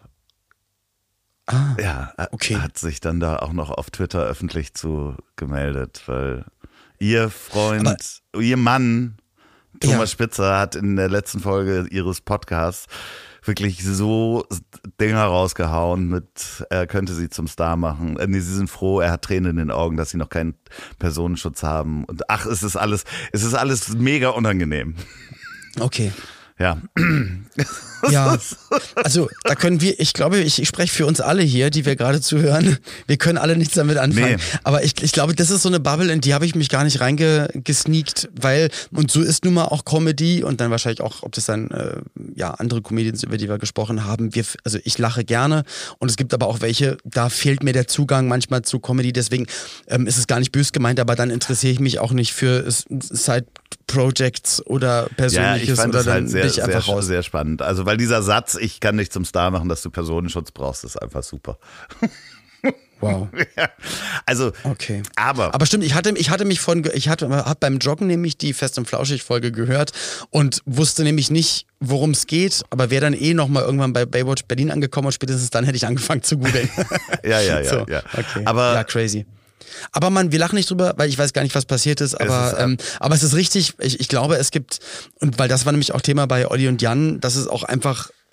Ja,
okay.
Hat sich dann da auch noch auf Twitter öffentlich zu gemeldet, weil ihr Mann, Thomas Spitzer, hat in der letzten Folge ihres Podcasts wirklich so Dinger rausgehauen mit, er könnte sie zum Star machen. Sie sind froh, er hat Tränen in den Augen, dass sie noch keinen Personenschutz haben. Und es ist alles mega unangenehm.
Okay.
Ja.
Ja, also da können wir, ich glaube, ich spreche für uns alle hier, die wir gerade zuhören, wir können alle nichts damit anfangen. Nee. Aber ich glaube, das ist so eine Bubble, in die habe ich mich gar nicht reingesneakt, weil, und so ist nun mal auch Comedy und dann wahrscheinlich auch, ob das dann andere Comedians, über die wir gesprochen haben, also ich lache gerne und es gibt aber auch welche, da fehlt mir der Zugang manchmal zu Comedy, deswegen ist es gar nicht böse gemeint, aber dann interessiere ich mich auch nicht für Side-Projects oder Persönliches.
Ja, ich fand
oder
das halt
dann
sehr,
bin ich einfach
sehr,
raus.
sehr spannend. Also weil dieser Satz, ich kann dich zum Star machen, dass du Personenschutz brauchst, ist einfach super.
Wow.
Ja, also,
okay.
Aber
stimmt, ich habe beim Joggen nämlich die Fest und Flauschig Folge gehört und wusste nämlich nicht, worum es geht, aber wäre dann nochmal irgendwann bei Baywatch Berlin angekommen und spätestens dann hätte ich angefangen zu googeln.
Ja.
So,
ja.
Okay.
Aber
ja, crazy. Aber wir lachen nicht drüber, weil ich weiß gar nicht, was passiert ist, aber es ist richtig, ich glaube, es gibt, und weil das war nämlich auch Thema bei Olli und Jan, dass es auch einfach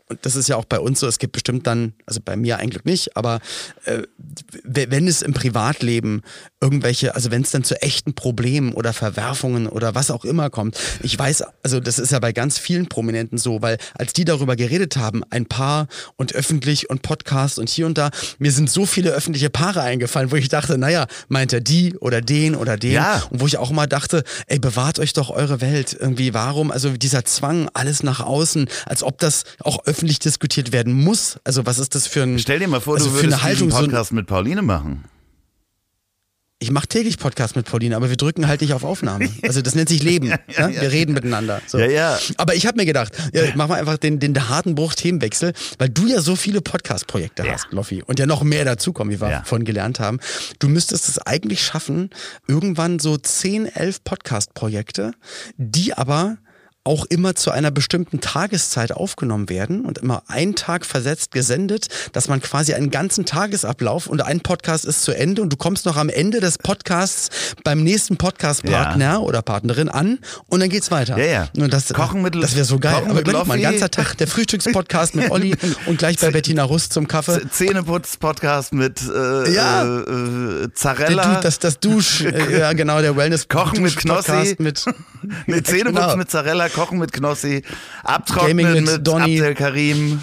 und das ist ja auch bei uns so, es gibt bestimmt dann, also bei mir eigentlich nicht, aber wenn es im Privatleben irgendwelche, also wenn es dann zu echten Problemen oder Verwerfungen oder was auch immer kommt, ich weiß, also das ist ja bei ganz vielen Prominenten so, weil als die darüber geredet haben, ein Paar und öffentlich und Podcast und hier und da, mir sind so viele öffentliche Paare eingefallen, wo ich dachte, naja, meint er die oder den oder den, und wo ich auch mal dachte, ey, bewahrt euch doch eure Welt, irgendwie, warum, also dieser Zwang, alles nach außen, als ob das auch öffentlich diskutiert werden muss. Also was ist das für ein...
Stell dir mal vor,
also
du würdest einen Podcast mit Pauline machen.
Ich mache täglich Podcast mit Pauline, aber wir drücken halt nicht auf Aufnahme. Also das nennt sich Leben. Ja? Wir reden miteinander. So.
Ja.
Aber ich habe mir gedacht, mach mal einfach den harten Bruch Themenwechsel, weil du ja so viele Podcast-Projekte hast, Loffi, und ja noch mehr dazukommen, wie wir von gelernt haben. Du müsstest es eigentlich schaffen, irgendwann so 10, 11 Podcast-Projekte, die aber auch immer zu einer bestimmten Tageszeit aufgenommen werden und immer einen Tag versetzt gesendet, dass man quasi einen ganzen Tagesablauf und ein Podcast ist zu Ende und du kommst noch am Ende des Podcasts beim nächsten Podcast-Partner oder Partnerin an und dann geht's weiter.
Ja.
Und das wäre so geil. Aber überleg mal, ein ganzer Tag, der Frühstückspodcast mit Olli und gleich bei Bettina Rust zum Kaffee.
Zähneputz-Podcast mit Zarella.
Das Dusch, ja genau, der Wellness
Kochen mit Knossi. Zähneputz mit Zarella, Kochen mit Knossi, Abtrocknen mit Abdel Karim.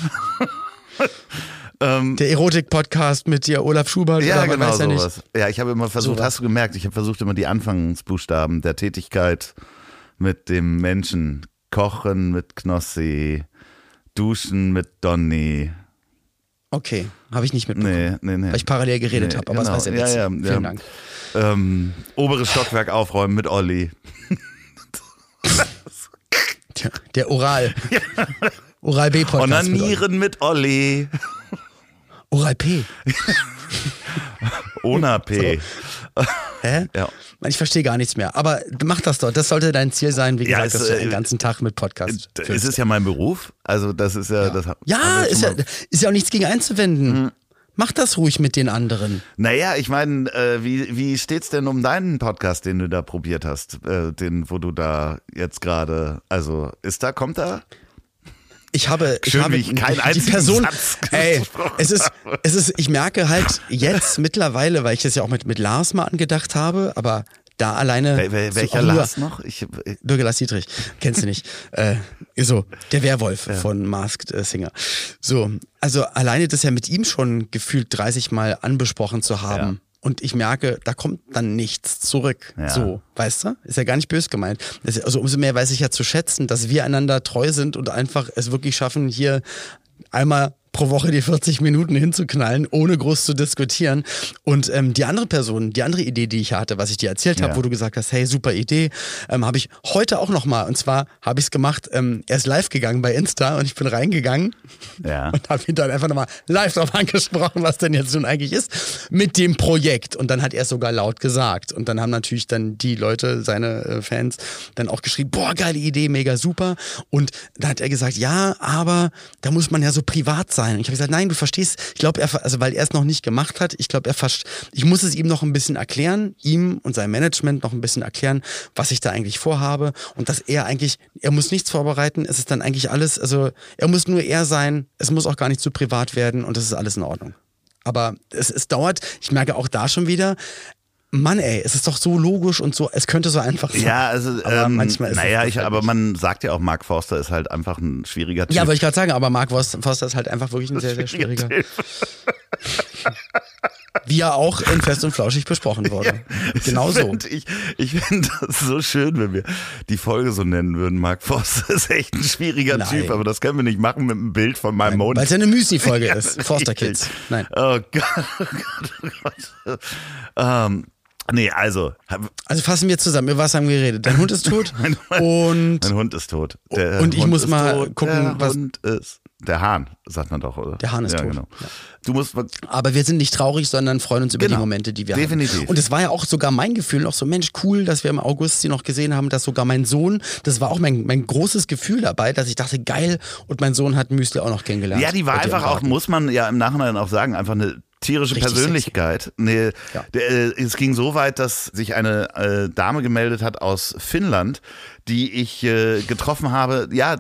Der Erotik-Podcast mit dir, Olaf Schubert.
Ja,
oder
genau
weiß
sowas.
Nicht.
Ja, ich habe immer versucht, hast du gemerkt, ich habe versucht immer die Anfangsbuchstaben der Tätigkeit mit dem Menschen. Kochen mit Knossi, Duschen mit Donny.
Okay, habe ich nicht mitbekommen.
Nee.
Weil ich parallel geredet habe, aber das weiß er jetzt.
Ja.
Vielen Dank.
Oberes Stockwerk aufräumen mit Olli.
Der Oral. Oral B-Podcast.
Onanieren mit Olli.
Oral P.
Ona P.
Hä?
Ja.
Ich verstehe gar nichts mehr. Aber mach das doch. Das sollte dein Ziel sein, wie gesagt, dass du den ganzen Tag mit Podcast
Es ist ja mein Beruf. Also das ist ja... Das
ist ja auch nichts gegen einzuwenden. Mach das ruhig mit den anderen.
Naja, ich meine, wie steht's denn um deinen Podcast, den du da probiert hast? Wo du da jetzt gerade, also kommt da?
Ich habe
keinen einzigen
Person,
Satz
es ist, ich merke halt jetzt mittlerweile, weil ich das ja auch mit Lars mal angedacht habe, aber da alleine.
Welcher Lars noch?
Bürger Lars Dietrich, kennst du nicht. Der Werwolf von Masked Singer. So, also alleine das ja mit ihm schon gefühlt 30 Mal angesprochen zu haben. Ja. Und ich merke, da kommt dann nichts zurück. Ja. So, weißt du? Ist ja gar nicht böse gemeint. Also umso mehr weiß ich ja zu schätzen, dass wir einander treu sind und einfach es wirklich schaffen, hier einmal pro Woche die 40 Minuten hinzuknallen, ohne groß zu diskutieren. Und die andere Idee, die ich hatte, was ich dir erzählt habe, wo du gesagt hast, hey, super Idee, habe ich heute auch nochmal. Und zwar habe ich es gemacht, er ist live gegangen bei Insta und ich bin reingegangen und habe ihn dann einfach nochmal live drauf angesprochen, was denn jetzt nun eigentlich ist, mit dem Projekt. Und dann hat er es sogar laut gesagt. Und dann haben natürlich dann die Leute, seine Fans, dann auch geschrieben, boah, geile Idee, mega super. Und dann hat er gesagt, ja, aber da muss man ja so privat sein. Ich habe gesagt, nein, du verstehst, ich glaube, weil er es noch nicht gemacht hat, ich muss es ihm noch ein bisschen erklären, ihm und seinem Management noch ein bisschen erklären, was ich da eigentlich vorhabe und dass er muss nichts vorbereiten, es ist dann eigentlich alles, also er muss nur er sein, es muss auch gar nicht zu privat werden und das ist alles in Ordnung. Aber es dauert, ich merke auch da schon wieder, Mann, ey, es ist doch so logisch und so, es könnte so einfach sein.
Ja, also
aber manchmal ist
aber man sagt ja auch, Mark Forster ist halt einfach ein schwieriger Typ.
Ja, wollte ich gerade sagen, aber Mark Forster ist halt einfach wirklich ein sehr, sehr schwieriger Typ. Wie ja auch in Fest und Flauschig besprochen wurde. Ja, genau so.
Ich finde das so schön, wenn wir die Folge so nennen würden. Mark Forster ist echt ein schwieriger Typ, aber das können wir nicht machen mit einem Bild von meinem Mond.
Weil es ja eine Müsli-Folge ist. Forster Kids. Nein.
Oh Gott, oh Gott. Nee, also
fassen wir zusammen. Über was haben wir geredet? Dein Hund ist tot
mein Hund ist tot.
Und ich muss mal gucken, was...
Hund ist... Der Hahn, sagt man doch, oder?
Der Hahn ist tot.
Genau.
Ja.
Du musst...
Aber wir sind nicht traurig, sondern freuen uns über die Momente, die wir
definitiv
haben. Und es war ja auch sogar mein Gefühl, noch so, Mensch, cool, dass wir im August sie noch gesehen haben, dass sogar mein Sohn, das war auch mein großes Gefühl dabei, dass ich dachte, geil, und mein Sohn hat Müsli auch noch kennengelernt.
Ja, die war einfach auch, muss man ja im Nachhinein auch sagen, einfach eine tierische
Richtig
Persönlichkeit. Nee,
Ja.
es ging so weit, dass sich eine Dame gemeldet hat aus Finnland, die ich getroffen habe, ja,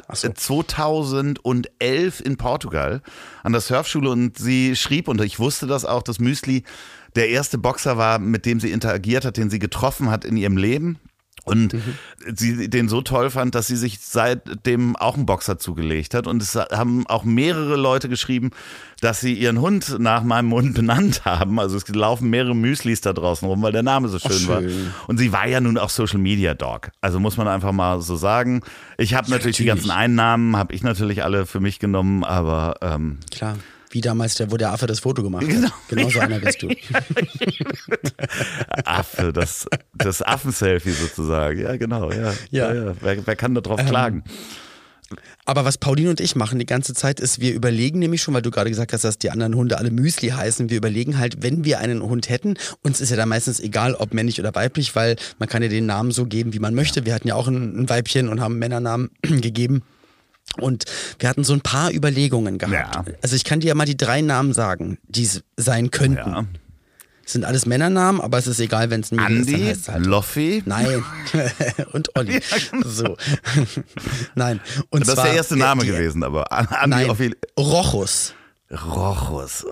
2011 in Portugal an der Surfschule, und sie schrieb, und ich wusste das auch, dass Müsli der erste Boxer war, mit dem sie interagiert hat, den sie getroffen hat in ihrem Leben. Und sie den so toll fand, dass sie sich seitdem auch einen Boxer zugelegt hat. Und es haben auch mehrere Leute geschrieben, dass sie ihren Hund nach meinem Hund benannt haben. Also es laufen mehrere Müslis da draußen rum, weil der Name so schön war. Und sie war ja nun auch Social Media Dog. Also muss man einfach mal so sagen. Ich habe natürlich die ganzen Einnahmen, habe ich natürlich alle für mich genommen, aber
Klar. Wie damals, wo der Affe das Foto gemacht hat. Genau so einer bist du.
Affe, das Affen-Selfie sozusagen. Ja, genau. Ja. Wer kann da drauf klagen?
Aber was Pauline und ich machen die ganze Zeit ist, wir überlegen nämlich schon, weil du gerade gesagt hast, dass die anderen Hunde alle Müsli heißen, wir überlegen halt, wenn wir einen Hund hätten, uns ist ja da meistens egal, ob männlich oder weiblich, weil man kann ja den Namen so geben, wie man möchte. Wir hatten ja auch ein Weibchen und haben Männernamen gegeben. Und wir hatten so ein paar Überlegungen gehabt.
Ja.
Also ich kann dir ja mal die 3 Namen sagen, die es sein könnten.
Ja.
Es sind alles Männernamen, aber es ist egal, wenn es ein Mädel ist, dann
Andi,
heißt es halt.
Loffi.
Nein. Und Olli. So. Nein. Und
Das ist
zwar,
der erste Name gewesen, aber Andi
Nein,
Loffi.
Rochus.
Rochus.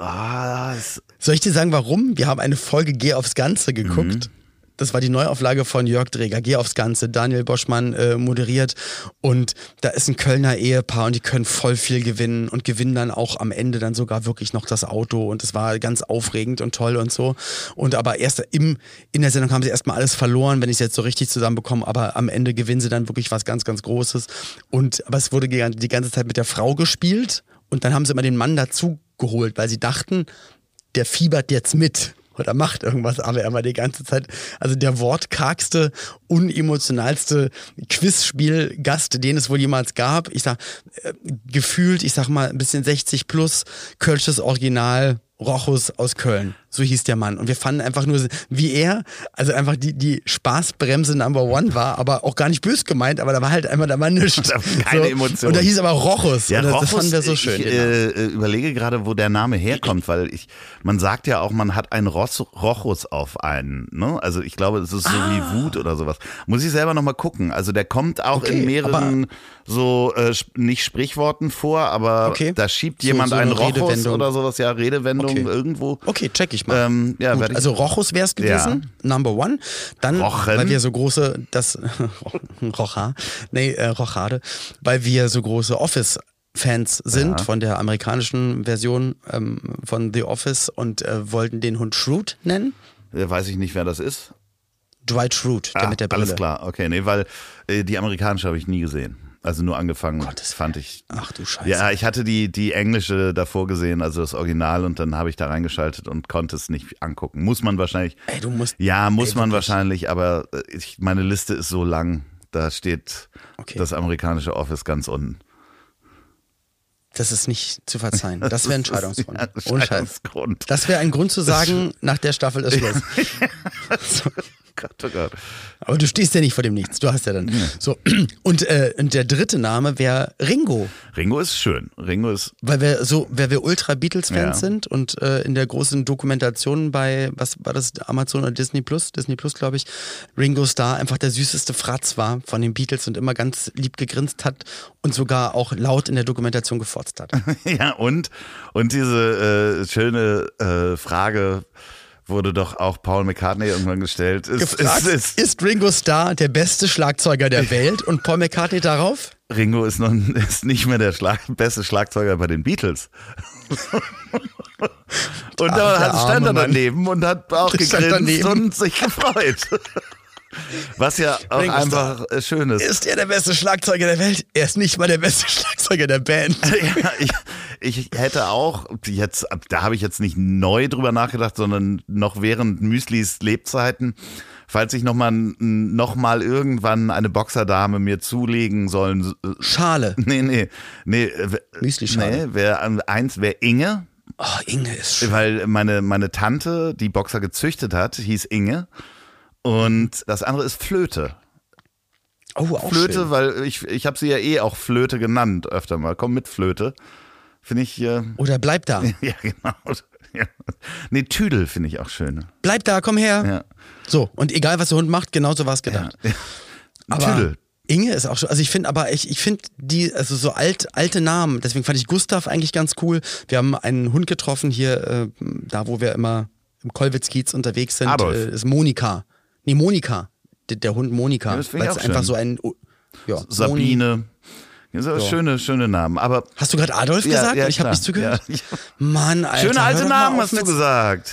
Soll ich dir sagen, warum? Wir haben eine Folge Geh aufs Ganze geguckt. Das war die Neuauflage von Jörg Dreger, Geh aufs Ganze, Daniel Boschmann moderiert, und da ist ein Kölner Ehepaar und die können voll viel gewinnen und gewinnen dann auch am Ende dann sogar wirklich noch das Auto, und es war ganz aufregend und toll und so. Und aber erst in der Sendung haben sie erstmal alles verloren, wenn ich es jetzt so richtig zusammenbekomme, aber am Ende gewinnen sie dann wirklich was ganz, ganz Großes. Aber es wurde die ganze Zeit mit der Frau gespielt, und dann haben sie immer den Mann dazu geholt, weil sie dachten, der fiebert jetzt mit oder macht irgendwas, aber er war die ganze Zeit, also der wortkargste, unemotionalste Quizspielgast, den es wohl jemals gab. Ich sag, gefühlt, ich sag mal, ein bisschen 60 plus, Kölsches Original, Rochus aus Köln. So hieß der Mann. Und wir fanden einfach nur, wie er, also einfach die Spaßbremse Number One war, aber auch gar nicht böse gemeint, aber da war halt einfach, da war nichts.
Keine Emotion.
Und da hieß aber Rochus.
Ja,
Rochus,
das
fanden wir so schön.
Ich überlege gerade, wo der Name herkommt, weil man sagt ja auch, man hat einen Rochus auf einen. Ne? Also ich glaube, es ist so wie Wut oder sowas. Muss ich selber nochmal gucken. Also der kommt auch in mehreren so, nicht Sprichworten vor, aber da schiebt jemand einen Rochus oder sowas, ja, Redewendung irgendwo.
Okay, check ich mal.
Gut,
also Rochus wäre es gewesen, Number One. Dann,
Rochen.
weil wir so große, Rochade, weil wir so große Office-Fans sind von der amerikanischen Version von The Office und wollten den Hund Schrute nennen.
Weiß ich nicht, wer das ist.
Dwight Schrute, der mit der Brille.
Alles klar, okay, nee, weil die amerikanische habe ich nie gesehen. Also nur angefangen, fand ich.
Ach du Scheiße.
Ja, ich hatte die englische davor gesehen, also das Original, und dann habe ich da reingeschaltet und konnte es nicht angucken. Muss man wahrscheinlich. Muss man wahrscheinlich, aber meine Liste ist so lang, da steht das amerikanische Office ganz unten.
Das ist nicht zu verzeihen. Das wäre ein Scheidungsgrund.
Ja,
Ohne Scheiß. Das wäre ein Grund zu sagen, nach der Staffel ist Schluss. So.
Gott, oh Gott.
Aber du stehst ja nicht vor dem Nichts, du hast ja dann. Ja. So. Und der dritte Name wäre Ringo.
Ringo ist schön. Ringo ist.
Weil wir Ultra Beatles-Fans sind und in der großen Dokumentation bei, was war das, Amazon oder Disney Plus, glaube ich, Ringo Starr einfach der süßeste Fratz war von den Beatles und immer ganz lieb gegrinst hat und sogar auch laut in der Dokumentation gefotzt hat.
Ja, und diese schöne Frage wurde doch auch Paul McCartney irgendwann gestellt.
Ist Ringo Starr der beste Schlagzeuger der Welt? Und Paul McCartney darauf?
Ringo ist nicht mehr der beste Schlagzeuger bei den Beatles. Und da stand er daneben und hat auch gegrinst und sich gefreut. Was ja auch
Ringo
einfach schön ist.
Ist er der beste Schlagzeuger der Welt? Er ist nicht mal der beste Schlagzeuger der Band.
Ja, ich hätte auch jetzt, da habe ich jetzt nicht neu drüber nachgedacht, sondern noch während Müslis Lebzeiten, falls ich noch mal irgendwann eine Boxerdame mir zulegen sollen.
Schale.
Nee.
Müsli-Schale.
Nee, wäre Inge.
Oh, Inge ist schön.
Weil meine Tante, die Boxer gezüchtet hat, hieß Inge. Und das andere ist Flöte.
Oh, auch
Flöte,
schön.
weil ich habe sie ja auch Flöte genannt öfter mal. Komm mit Flöte. Finde ich.
Oder bleib da.
Ja, genau. Ja. Nee, Tüdel finde ich auch schön.
Bleib da, komm her.
Ja.
So, und egal was der Hund macht, genauso war es gedacht.
Ja.
Aber
Tüdel.
Inge ist auch schon, also ich finde die, also so alte Namen, deswegen fand ich Gustav eigentlich ganz cool. Wir haben einen Hund getroffen hier, da wo wir immer im Kollwitz-Kiez unterwegs sind,
Adolf.
ist Monika. Nee, Monika. Der Hund Monika.
Ja, das finde
weil
ich
es
auch
einfach
schön.
so ein, ja,
Sabine. Das sind
Ja.
schöne Namen. Aber
Hast du gerade Adolf
Ja,
gesagt?
ja,
Ich habe
klar.
nicht zugehört.
Ja.
Mann, Alter.
schöne alte
hör doch mal
Namen
auf
hast du
mit-
gesagt.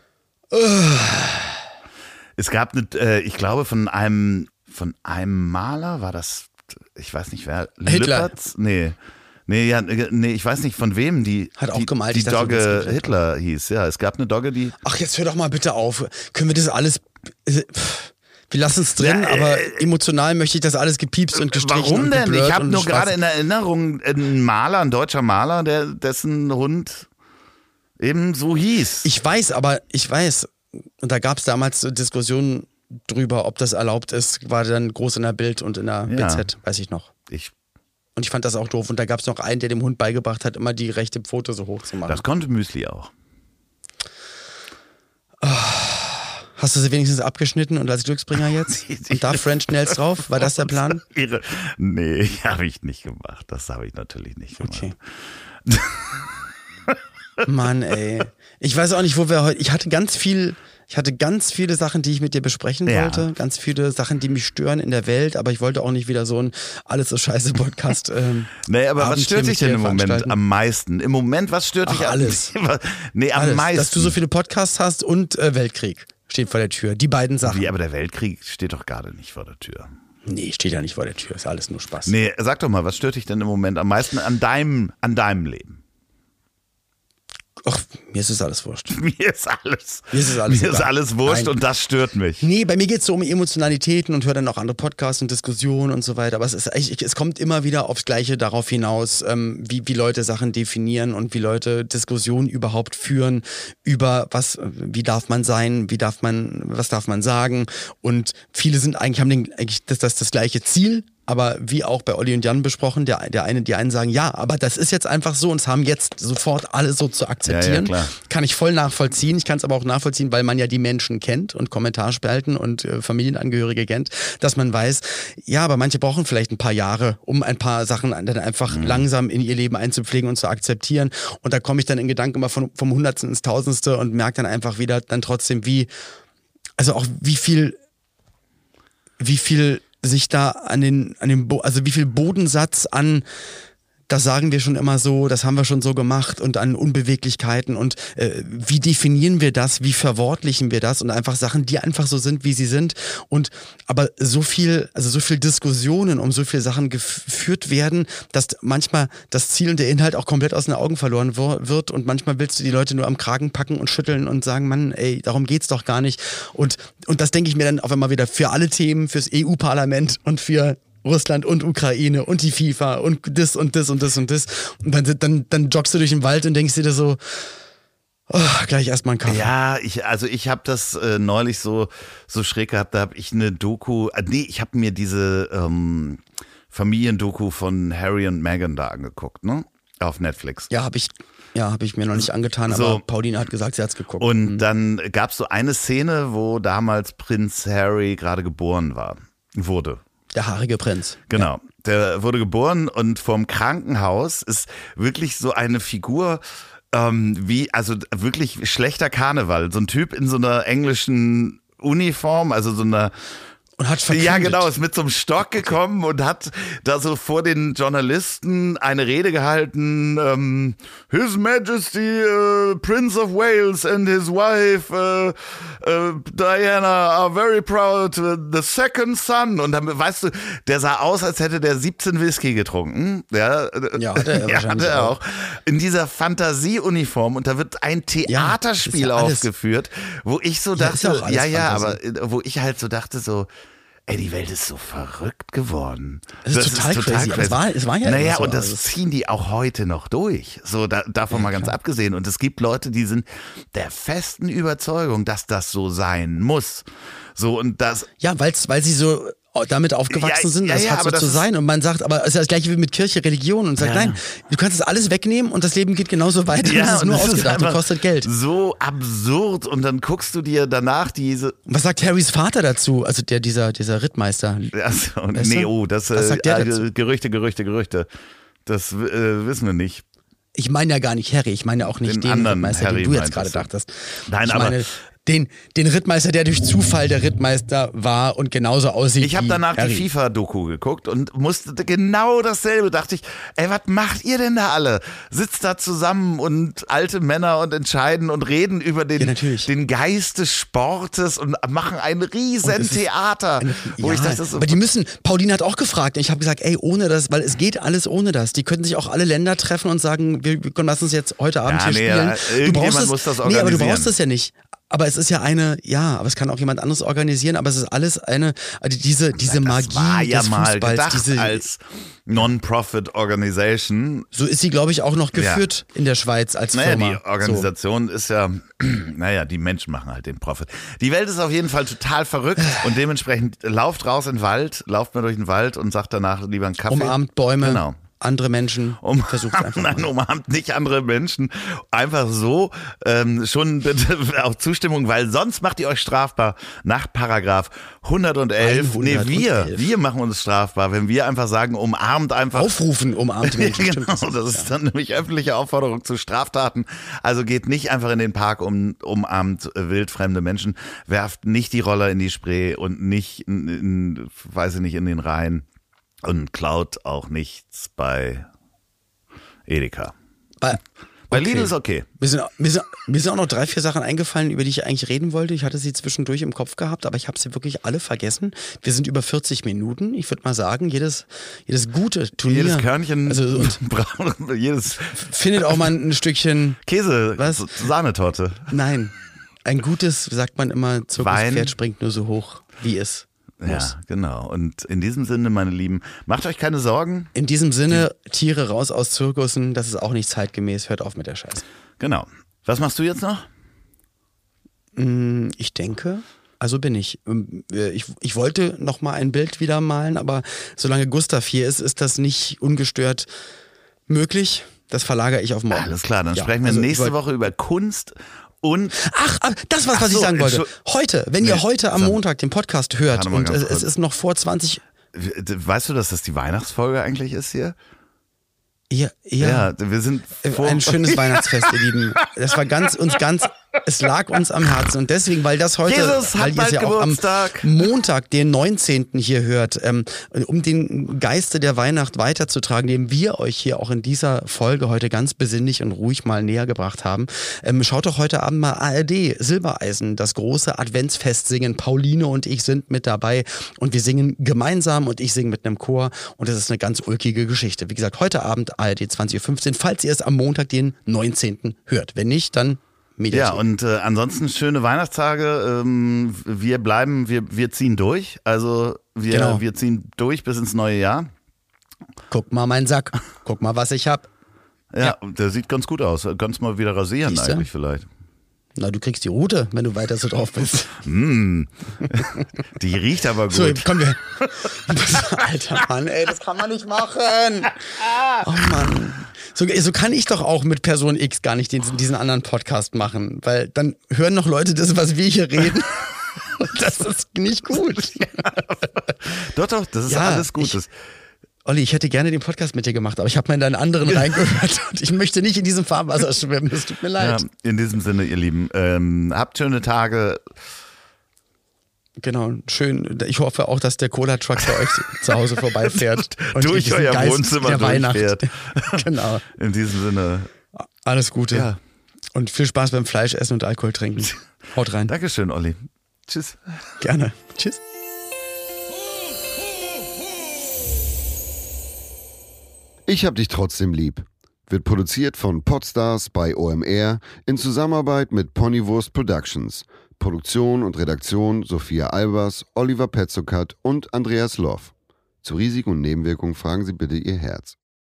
Es gab ich glaube von einem Maler war das, ich weiß nicht wer,
Hitler.
Lippertz? Nee, ich weiß nicht von wem
Hat auch gemalt,
die
ich dachte, du
Dogge
willst
Hitler hieß. Ja, es gab eine Dogge, die
Ach, jetzt hör doch mal bitte auf. Können wir das alles... Wir lassen es drin,
Ja,
aber emotional möchte ich das alles gepiepst und gestrichen
Warum
und
denn?
geblurrt
Ich habe
und
nur
schwarz.
gerade in Erinnerung ein deutscher Maler, dessen Hund eben so hieß.
Ich weiß, und da gab es damals so Diskussionen drüber, ob das erlaubt ist, war dann groß in der Bild und in der
Ja.
BZ, weiß ich noch.
Ich
Und ich fand das auch doof. Und da gab es noch einen, der dem Hund beigebracht hat, immer die rechte Pfote so hoch zu machen.
Das konnte Müsli auch.
Hast du sie wenigstens abgeschnitten und als Glücksbringer jetzt? Und da French Nails drauf? War das der Plan?
Nee, habe ich nicht gemacht. Das habe ich natürlich nicht gemacht.
Okay. Mann, ey. Ich weiß auch nicht, wo wir heute. Ich hatte ganz viele Sachen, die ich mit dir besprechen
Ja.
wollte. Ganz viele Sachen, die mich stören in der Welt, aber ich wollte auch nicht wieder so ein alles so scheiße Podcast.
Nee, aber was
Abend
stört
hier
dich
mit
denn
dir
im Moment
veranstalten.
am meisten? Im Moment, was stört
Ach,
dich
alles.
Nee, am
Alles,
meisten.
dass du so viele Podcasts hast und Weltkrieg steht vor der Tür. Die beiden Sachen.
Wie, aber der Weltkrieg steht doch gerade nicht vor der Tür.
Nee, steht ja nicht vor der Tür. Ist alles nur Spaß.
Nee, sag doch mal, was stört dich denn im Moment am meisten an deinem Leben?
Ach, mir ist es alles wurscht.
Mir ist alles
Mir ist alles egal.
wurscht
Nein.
und das stört mich.
Nee, bei mir geht es so um Emotionalitäten und höre dann auch andere Podcasts und Diskussionen und so weiter. Aber es kommt immer wieder aufs Gleiche darauf hinaus, wie Leute Sachen definieren und wie Leute Diskussionen überhaupt führen über wie darf man sein, was darf man sagen. Und viele haben das gleiche Ziel. Aber wie auch bei Olli und Jan besprochen, die einen sagen, ja, aber das ist jetzt einfach so und es haben jetzt sofort alle so zu akzeptieren.
Ja, klar.
Kann ich voll nachvollziehen. Ich kann es aber auch nachvollziehen, weil man ja die Menschen kennt und Kommentarspalten und Familienangehörige kennt, dass man weiß, ja, aber manche brauchen vielleicht ein paar Jahre, um ein paar Sachen dann einfach langsam in ihr Leben einzupflegen und zu akzeptieren. Und da komme ich dann in Gedanken immer vom Hundertsten ins Tausendste und merke dann einfach wieder dann trotzdem wie viel sich da also wie viel Bodensatz an, das sagen wir schon immer so, das haben wir schon so gemacht und an Unbeweglichkeiten und wie definieren wir das, wie verwortlichen wir das und einfach Sachen, die einfach so sind, wie sie sind und aber so viel Diskussionen um so viele Sachen geführt werden, dass manchmal das Ziel und der Inhalt auch komplett aus den Augen verloren wird und manchmal willst du die Leute nur am Kragen packen und schütteln und sagen, Mann, ey, darum geht's doch gar nicht und das denke ich mir dann auf einmal wieder für alle Themen, fürs EU-Parlament und für Russland und Ukraine und die FIFA und das und das und das und das. Und dann joggst du durch den Wald und denkst dir so, gleich erstmal einen Kaffee.
Ja, ich habe das neulich so schräg gehabt, da habe ich eine Doku, ich habe mir diese Familiendoku von Harry und Meghan da angeguckt, ne? Auf Netflix.
Ja, habe ich mir noch nicht angetan,
So.
aber Pauline hat gesagt, sie hat's geguckt.
Und dann gab es so eine Szene, wo damals Prinz Harry gerade geboren wurde.
Der haarige Prinz.
Genau. Der wurde geboren und vorm Krankenhaus ist wirklich so eine Figur, also wirklich schlechter Karneval. So ein Typ in so einer englischen Uniform, also so einer.
Und hat verkündet.
Ja, genau, ist mit so einem Stock gekommen und hat da so vor den Journalisten eine Rede gehalten. His Majesty Prince of Wales and his wife Diana are very proud, the second son. Und dann, weißt du, der sah aus, als hätte der 17 Whisky getrunken. Ja,
hatte er wahrscheinlich
hatte er
auch.
In dieser Fantasieuniform und da wird ein Theaterspiel
ist ja alles-
aufgeführt, wo ich so
Ja, ist ja
dachte,
auch alles
aber
Fantasie.
wo ich halt so dachte so, ey, die Welt ist so verrückt geworden.
Das ist total crazy. Aber es war ja
Naja,
immer so.
und das
Also-
ziehen die auch heute noch durch. So, davon mal ganz abgesehen. Und es gibt Leute, die sind der festen Überzeugung, dass das so sein muss. So, und das,
Ja, weil sie so damit aufgewachsen sind, das hat so
aber
zu sein. Und man sagt, aber es ist das gleiche wie mit Kirche, Religion und sagt, nein, du kannst das alles wegnehmen und das Leben geht genauso weiter.
Ja,
das ist nur ausgedacht und kostet Geld.
So absurd und dann guckst du dir danach diese...
Was sagt Harrys Vater dazu? Also dieser Rittmeister.
Achso,
Weißt du?
nee, das
Was sagt der dazu?
Gerüchte. Das wissen wir nicht.
Ich meine ja gar nicht Harry, ich meine ja auch nicht den
anderen
Rittmeister,
Harry
den du jetzt
meintest
gerade
du.
dachtest.
Nein,
ich
aber-
meine den Rittmeister, der durch Zufall der Rittmeister war und genauso aussieht
Ich habe
wie
danach
Harry.
die FIFA-Doku geguckt und musste genau dasselbe. Dachte ich, ey, was macht ihr denn da alle? Sitzt da zusammen und alte Männer und entscheiden und reden über
Ja, natürlich.
den Geist des Sportes und machen ein riesen Theater. Wo ich dachte, so,
aber die müssen, Pauline hat auch gefragt, ich habe gesagt, ey, ohne das, weil es geht alles ohne das. Die könnten sich auch alle Länder treffen und sagen, wir können lass uns jetzt heute Abend hier spielen.
irgendjemand muss das
aber du
organisieren.
brauchst das ja nicht. Aber es ist ja aber es kann auch jemand anderes organisieren, aber es ist alles also diese Magie
das war ja
des
mal
Fußballs,
gedacht als Non-Profit-Organisation.
so ist sie, glaube ich, auch noch geführt in der Schweiz als
Naja,
Firma.
die Organisation ist ja, die Menschen machen halt den Profit. Die Welt ist auf jeden Fall total verrückt und dementsprechend lauft raus in den Wald, lauft mal durch den Wald und sagt danach lieber einen Kaffee.
Umarmt Bäume,
Genau.
andere Menschen, versucht einfach
Nein,
mal.
umarmt nicht andere Menschen. Einfach so, schon bitte auch Zustimmung, weil sonst macht ihr euch strafbar nach Paragraph 111.
111.
Wir machen uns strafbar, wenn wir einfach sagen, umarmt einfach.
Aufrufen, umarmt Menschen.
Genau,
Stimmt,
das ist dann nämlich öffentliche Aufforderung zu Straftaten. Also geht nicht einfach in den Park umarmt wildfremde Menschen, werft nicht die Roller in die Spree und nicht, weiß ich nicht, in den Rhein und klaut auch nichts bei Edeka. Bei Lidl ist okay.
Mir sind auch noch 3, 4 Sachen eingefallen, über die ich eigentlich reden wollte. Ich hatte sie zwischendurch im Kopf gehabt, aber ich habe sie wirklich alle vergessen. Wir sind über 40 Minuten. Ich würde mal sagen, jedes gute Turnier.
Jedes Körnchen,
Also,
jedes
findet auch mal ein Stückchen
Käse,
Was?
Sahnetorte.
Nein, ein gutes, sagt man immer,
Wein.
Zirkuspferd springt nur so hoch, wie es muss.
Ja, genau. Und in diesem Sinne, meine Lieben, macht euch keine Sorgen.
In diesem Sinne, Tiere raus aus Zirkussen, das ist auch nicht zeitgemäß, hört auf mit der Scheiße.
Genau. Was machst du jetzt noch?
Ich denke, also bin ich. Ich wollte noch mal ein Bild wieder malen, aber solange Gustav hier ist das nicht ungestört möglich. Das verlagere ich auf morgen.
Alles klar, dann
Ja,
sprechen wir
also
nächste Woche über Kunst und
Ach, das was ich
so,
sagen wollte. Heute, wenn ihr heute am
sag-
Montag den Podcast hört
Warte mal
und
ganz
es
kurz.
ist noch vor 20...
weißt du, dass das die Weihnachtsfolge eigentlich ist hier?
Ja.
Wir sind vor
Ein schönes Weihnachtsfest, ihr Lieben. Das war es lag uns am Herzen. Und deswegen, weil das heute,
Jesus hat
weil ihr es
bald
ja auch am
Geburtstag.
Montag, den 19. hier hört, um den Geiste der Weihnacht weiterzutragen, den wir euch hier auch in dieser Folge heute ganz besinnlich und ruhig mal näher gebracht haben, schaut doch heute Abend mal ARD Silbereisen, das große Adventsfest singen. Pauline und ich sind mit dabei und wir singen gemeinsam und ich singe mit einem Chor und das ist eine ganz ulkige Geschichte. Wie gesagt, heute Abend ARD 20.15 Uhr, falls ihr es am Montag, den 19. hört. Wenn nicht, dann Mediathek.
Ja, und ansonsten schöne Weihnachtstage. Wir ziehen durch. Also wir ziehen durch bis ins neue Jahr.
Guck mal meinen Sack. Guck mal, was ich hab.
Ja, der sieht ganz gut aus. Kannst mal wieder rasieren
Siehste?
eigentlich vielleicht.
Na, du kriegst die Route, wenn du weiter so drauf bist.
Die riecht aber gut.
So, komm wir. Alter Mann, ey, das kann man nicht machen. Oh Mann. So kann ich doch auch mit Person X gar nicht diesen anderen Podcast machen, weil dann hören noch Leute das, was wir hier reden. Das ist nicht gut.
Doch, das ist
Ja,
alles gut.
Olli, ich hätte gerne den Podcast mit dir gemacht, aber ich habe mal in deinen anderen reingehört und ich möchte nicht in diesem Fahrwasser schwimmen. Es tut mir leid.
Ja, in diesem Sinne, ihr Lieben, habt schöne Tage.
Genau, schön. Ich hoffe auch, dass der Cola-Truck bei euch zu Hause vorbeifährt. Und
Durch
diesen
euer
Geist
Wohnzimmer
der Weihnacht.
durchfährt.
Genau.
In diesem Sinne,
Alles Gute.
Ja.
Und viel Spaß beim Fleisch essen und Alkohol trinken. Haut rein.
Dankeschön, Olli. Tschüss.
Gerne. Tschüss.
Ich hab dich trotzdem lieb. Wird produziert von Podstars bei OMR in Zusammenarbeit mit Ponywurst Productions. Produktion und Redaktion Sophia Albers, Oliver Petzokat und Andreas Loff. Zu Risiken und Nebenwirkungen fragen Sie bitte Ihr Herz.